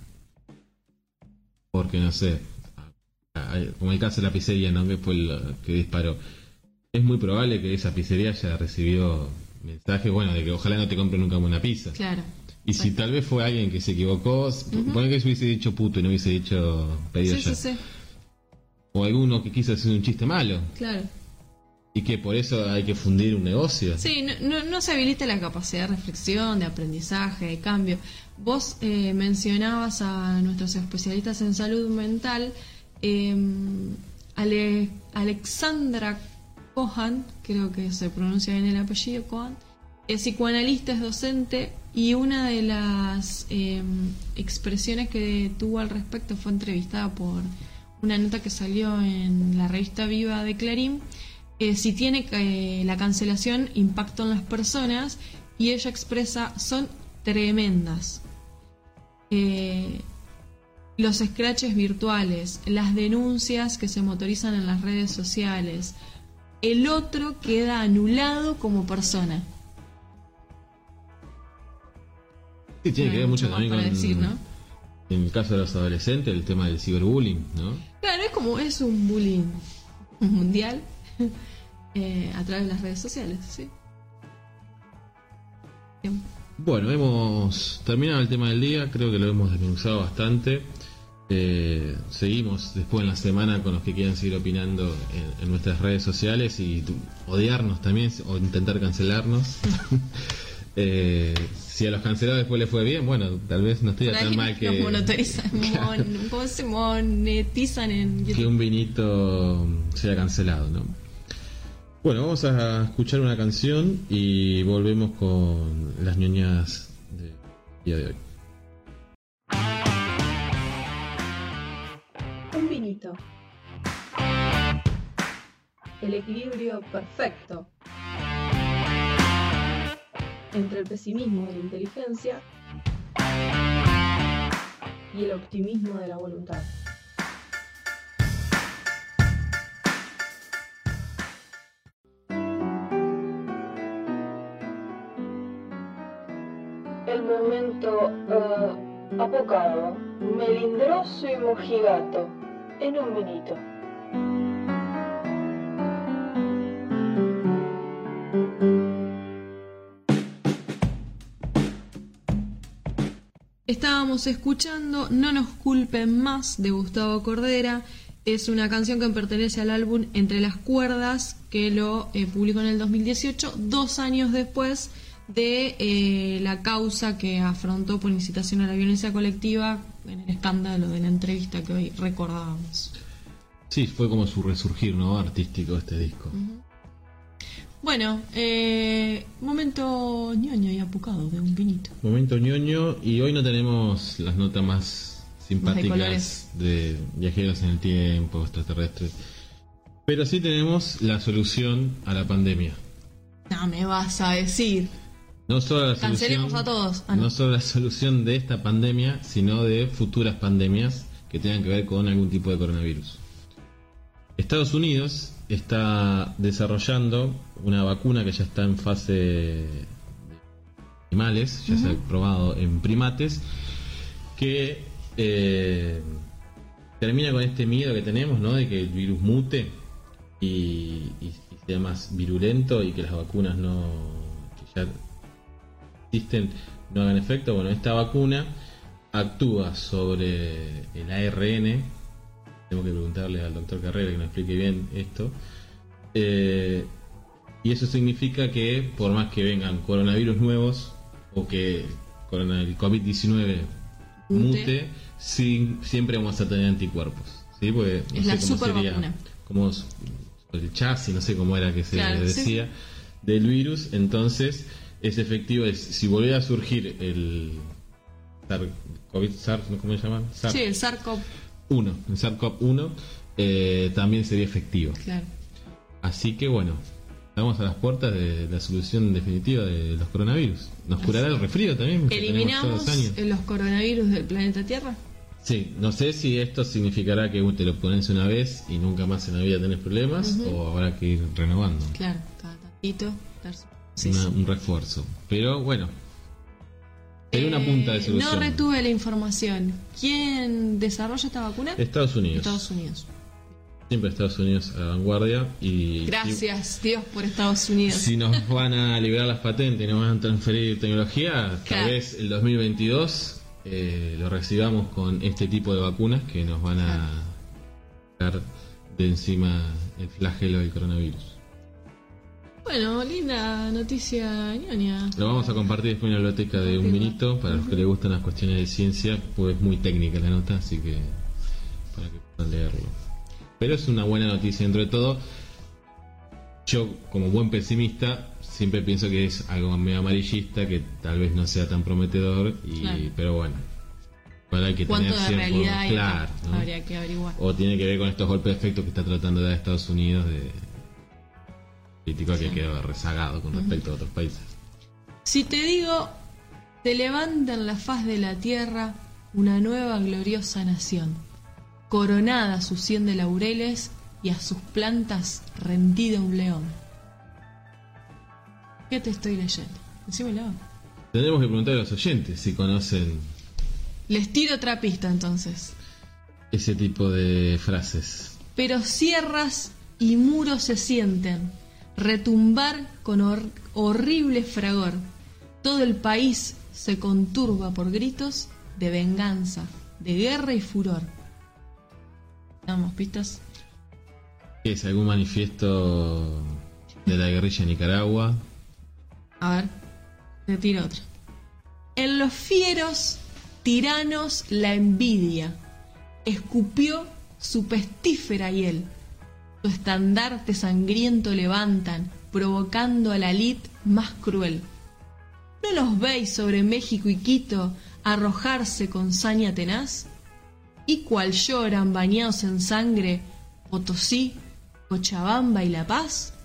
porque no sé, hay- como el caso de la pizzería, ¿no? Que fue el que disparó. Es muy probable que esa pizzería haya recibido mensajes, bueno, de que ojalá no te compre nunca una pizza. Claro. Y si tal vez fue alguien que se equivocó, Ujú. pone que se hubiese dicho puto y no hubiese dicho pedido Sí, ya. sí, sí, O alguno que quiso hacer un chiste malo. claro. Y que por eso hay que fundir un negocio. Sí, no, no, no se habilita la capacidad de reflexión, de aprendizaje, de cambio. Vos eh, mencionabas a nuestros especialistas en salud mental, eh, Ale- Alexandra Cohen, creo que se pronuncia bien el apellido, Cohen, es psicoanalista, es docente, y una de las eh, expresiones que tuvo al respecto fue entrevistada por una nota que salió en la revista Viva de Clarín, eh, si tiene eh, la cancelación impacto en las personas, y ella expresa, son tremendas. Eh, los scratches virtuales, las denuncias que se motorizan en las redes sociales, el otro queda anulado como persona. Sí, tiene No que hay ver mucho mucho más también para con, decir, ¿no? en el caso de los adolescentes, el tema del ciberbullying, ¿no? Claro, es como es un bullying mundial eh, a través de las redes sociales, sí. Bien. Bueno, hemos terminado el tema del día, creo que lo hemos desmenuzado bastante. Eh, seguimos después en la semana con los que quieran seguir opinando en, en nuestras redes sociales y tu- odiarnos también o intentar cancelarnos. Eh, si a los cancelados después les fue bien, bueno, tal vez no estoy Por ahí tan mal que, nos monetizan, mon- ¿cómo se monetizan en que un vinito sea cancelado, ¿no? Bueno, vamos a escuchar una canción y volvemos con las ñoñas del día de hoy. Un vinito. El equilibrio perfecto entre el pesimismo de la inteligencia y el optimismo de la voluntad. El momento eh, apocado, melindroso y mojigato, en un vinito. Estábamos escuchando No nos culpen más de Gustavo Cordera. Es una canción que pertenece al álbum Entre las cuerdas, que lo eh, publicó en el dos mil dieciocho, dos años después de eh, la causa que afrontó por incitación a la violencia colectiva en el escándalo de la entrevista que hoy recordábamos. Sí, fue como su resurgir, ¿no? Artístico este disco. Bueno, eh, momento ñoño y apucado de un vinito. Momento ñoño, y hoy no tenemos las notas más simpáticas de, de viajeros en el tiempo, extraterrestres, pero sí tenemos la solución a la pandemia. No me vas a decir. No solo la Cancelemos solución, a todos. Ah, no. no solo la solución de esta pandemia, sino de futuras pandemias que tengan que ver con algún tipo de coronavirus. Estados Unidos está desarrollando una vacuna que ya está en fase de animales, ya uh-huh. se ha probado en primates, que eh, termina con este miedo que tenemos, ¿no?, de que el virus mute y, y, y sea más virulento y que las vacunas no que ya existen no hagan efecto. Bueno, esta vacuna actúa sobre el A R N. Tengo que preguntarle al doctor Carrera que nos explique bien esto. Eh, y eso significa que por más que vengan coronavirus nuevos o que corona, el covid diecinueve mute, mute sí, siempre vamos a tener anticuerpos. ¿Sí? Porque no es sé la cómo super sería, vacuna. Como el chasis, no sé cómo era que se claro, decía, sí. del virus. Entonces es efectivo. Es, si volviera a surgir el COVID, SARS, ¿cómo se llaman? SARS. Sí, el SARS-CoV uno, el SARS-CoV uno, eh, también sería efectivo. Claro. Así que bueno, estamos a las puertas de la solución definitiva de los coronavirus. ¿Nos curará el resfrío también? ¿Eliminamos los coronavirus del planeta Tierra? Sí, no sé si esto significará que te lo pones una vez y nunca más en la vida tenés problemas, uh-huh. o habrá que ir renovando. Claro, cada tantito. Sí, una, sí. Un refuerzo. Pero bueno, hay una punta de solución. No retuve la información. ¿Quién desarrolla esta vacuna? Estados Unidos. Estados Unidos. Siempre Estados Unidos a la vanguardia. Y gracias, y, Dios, por Estados Unidos. Si nos van a liberar las patentes y nos van a transferir tecnología, claro. Tal vez el dos mil veintidós eh, lo recibamos con este tipo de vacunas que nos van a sacar de encima el flagelo del coronavirus. Bueno, linda noticia ñoña. Lo vamos a compartir después en la biblioteca de Un Vinito para los que les gustan las cuestiones de ciencia, pues es muy técnica la nota, así que para que puedan leerlo. Pero es una buena noticia dentro de todo. Yo, como buen pesimista, siempre pienso que es algo medio amarillista, que tal vez no sea tan prometedor, y claro. Pero bueno, igual hay que ¿cuánto tener de cierto, realidad hay? Claro, ¿no? Habría que averiguar. O tiene que ver con estos golpes de efecto que está tratando de dar Estados Unidos de político que quedó rezagado con respecto uh-huh. a otros países. Si te digo, te levanta en la faz de la tierra una nueva gloriosa nación, coronada a sus cien de laureles y a sus plantas rendida un león. ¿Qué te estoy leyendo? Decímelo. Tenemos que preguntar a los oyentes si conocen. Les tiro otra pista entonces. Ese tipo de frases. Pero sierras y muros se sienten retumbar con hor- horrible fragor. Todo el país se conturba por gritos de venganza, de guerra y furor. ¿Damos pistas? ¿Qué es? ¿Algún manifiesto de la guerrilla en Nicaragua? A ver, te tiro otra. En los fieros tiranos la envidia escupió su pestífera hiel. Su estandarte sangriento levantan, provocando a la lid más cruel. ¿No los veis sobre México y Quito arrojarse con saña tenaz? ¿Y cual lloran bañados en sangre Potosí, Cochabamba y La Paz?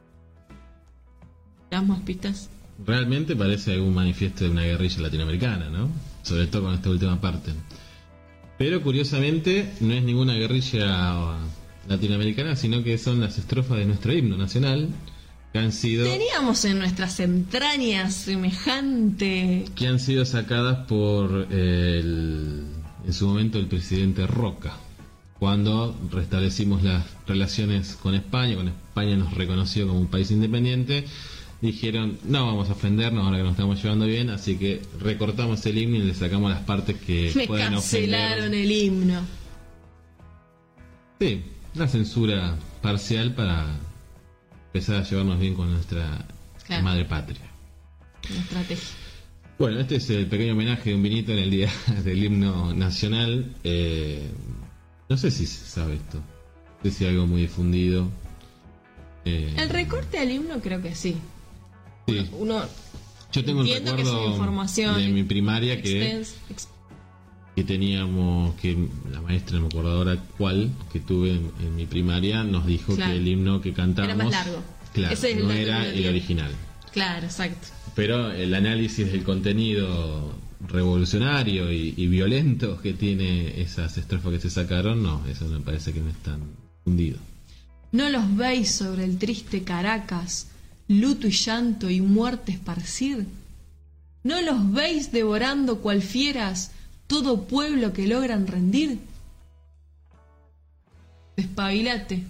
¿Das más pistas? Realmente parece algún manifiesto de una guerrilla latinoamericana, ¿no? Sobre todo con esta última parte. Pero curiosamente no es ninguna guerrilla latinoamericana, sino que son las estrofas de nuestro himno nacional que han sido teníamos en nuestras entrañas semejante que han sido sacadas por el, en su momento el presidente Roca cuando restablecimos las relaciones con España. Con España nos reconoció como un país independiente. Dijeron, no vamos a ofendernos ahora que nos estamos llevando bien, así que recortamos el himno y le sacamos las partes que me pueden cancelaron ofender. El himno. Sí, una censura parcial para empezar a llevarnos bien con nuestra claro. madre patria. Una estrategia. Bueno, este es el pequeño homenaje de Un Vinito en el día del himno nacional. Eh, no sé si se sabe esto. No sé si es algo muy difundido. Eh, El recorte al himno creo que sí. sí. Uno, Yo tengo un entiendo que es una recuerdo información de mi primaria que, extens- ex- que teníamos, que la maestra, no me acuerdo ahora cuál, que tuve en, en mi primaria, nos dijo Claro. que el himno que cantábamos Era más largo. Claro, Ese es el no dato era que yo el tenía. original. Claro, exacto. Pero el análisis del contenido revolucionario y, y violento que tiene esas estrofas que se sacaron, no, eso me parece que no es tan hundido. ¿No los veis sobre el triste Caracas, luto y llanto y muerte esparcir? ¿No los veis devorando cual fieras todo pueblo que logran rendir? Despabilate.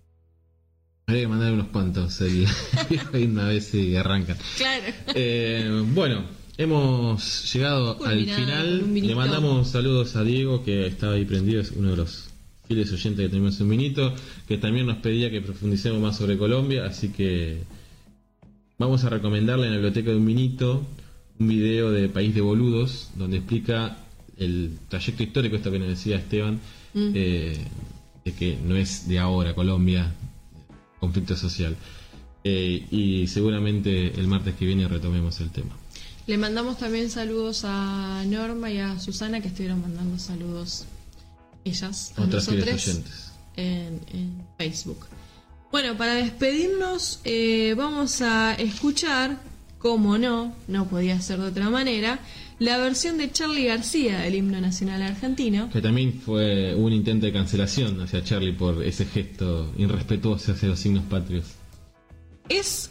Habría que mandar unos cuantos el una vez y arrancan. Claro. Eh, bueno, hemos llegado Culminado al con un final. vinito. Le mandamos saludos a Diego, que estaba ahí prendido, es uno de los fieles oyentes que tenemos en un vinito, que también nos pedía que profundicemos más sobre Colombia, así que vamos a recomendarle en la biblioteca de un vinito un video de País de Boludos, donde explica el trayecto histórico, esto que nos decía Esteban, Mm. eh, de que no es de ahora Colombia, conflicto social. Eh, y seguramente el martes que viene retomemos el tema. Le mandamos también saludos a Norma y a Susana, que estuvieron mandando saludos ellas a Otras fieles nosotros oyentes. en, en Facebook. Bueno, para despedirnos eh, vamos a escuchar, como no, no podía ser de otra manera, la versión de Charly García del himno nacional argentino. Que también fue un intento de cancelación hacia Charly por ese gesto irrespetuoso hacia los signos patrios. Es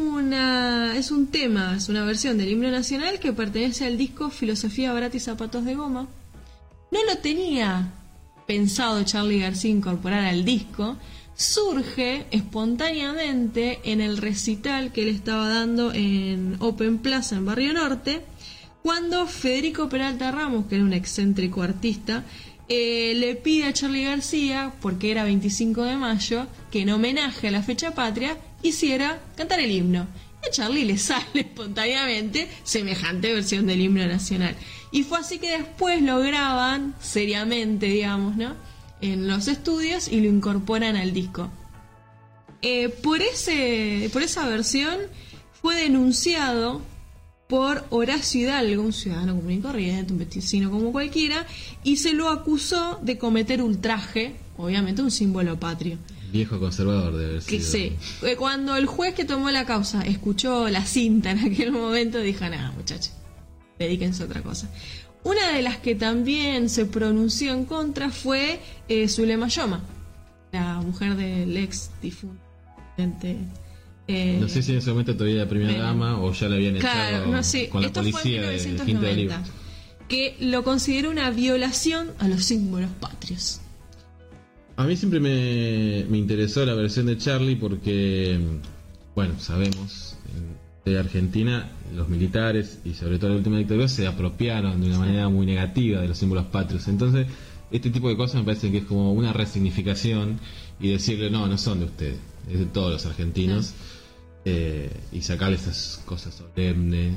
una es un tema, es una versión del himno nacional que pertenece al disco Filosofía Barata y Zapatos de Goma. No lo tenía pensado Charly García incorporar al disco, surge espontáneamente en el recital que él estaba dando en Open Plaza en Barrio Norte, cuando Federico Peralta Ramos, que era un excéntrico artista, eh, le pide a Charly García, porque era veinticinco de mayo, que en homenaje a la fecha patria hiciera cantar el himno. Y a Charly le sale espontáneamente semejante versión del himno nacional. Y fue así que después lo graban seriamente, digamos, ¿no?, en los estudios y lo incorporan al disco. Eh, por, ese, por esa versión fue denunciado por Horacio Hidalgo, un ciudadano común y corriente, un vecino como cualquiera, y se lo acusó de cometer ultraje, obviamente un símbolo patrio. Viejo conservador debe ser. Que sí. Eh, Cuando el juez que tomó la causa escuchó la cinta en aquel momento, dijo, nada, muchachos, dedíquense a otra cosa. Una de las que también se pronunció en contra fue eh, Zulema Yoma, la mujer del ex difunto. Eh, No sé si en ese momento todavía era primera Pero- dama o ya la habían Claro, echado no sé. con la Esto fue en policía mil de novecientos Quinta de Oliva. noventa, que lo consideró una violación a los símbolos patrios. A mí siempre me, me interesó la versión de Charly porque, bueno, sabemos, en de Argentina los militares y sobre todo la última dictadura se apropiaron de una manera muy negativa de los símbolos patrios. Entonces, este tipo de cosas me parece que es como una resignificación y decirle, no, no son de ustedes, es de todos los argentinos. Eh, y sacarle esas cosas solemnes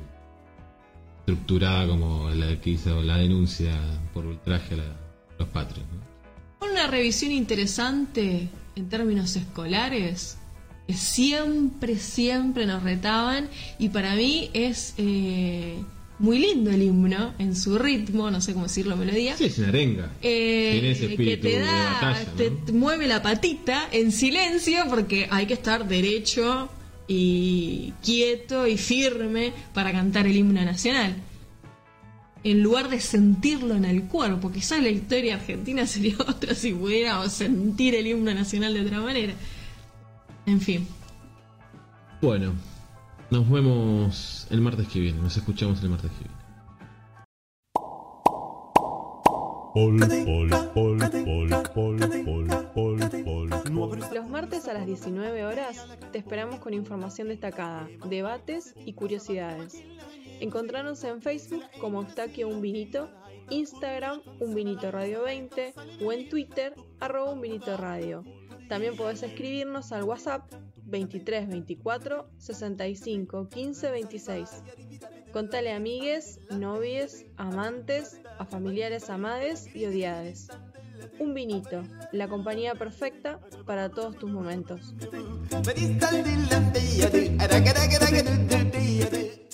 y estructurada como la que hizo la denuncia por ultraje a, la- a los patrios, ¿no? Una revisión interesante en términos escolares, que siempre, siempre nos retaban, y para mí es eh, muy lindo el himno, en su ritmo, no sé cómo decirlo, melodía. Sí, es una arenga. Eh, Tiene ese que espíritu te de da, batalla, ¿no? te te mueve la patita en silencio, porque hay que estar derecho y quieto y firme para cantar el himno nacional, en lugar de sentirlo en el cuerpo. Quizás la historia argentina sería otra si pudiéramos sentir el himno nacional de otra manera. En fin. Bueno, nos vemos el martes que viene, nos escuchamos el martes que viene. Los martes a las diecinueve horas te esperamos con información destacada, debates y curiosidades. Encontrarnos en Facebook como Eustaquio Un Vinito, Instagram Un Vinito Radio veinte o en Twitter arroba Un Vinito Radio. También podés escribirnos al WhatsApp veintitrés veinticuatro sesenta y cinco quince veintiséis. Contale a amigues, novies, amantes, a familiares amades y odiades. Un vinito, la compañía perfecta para todos tus momentos.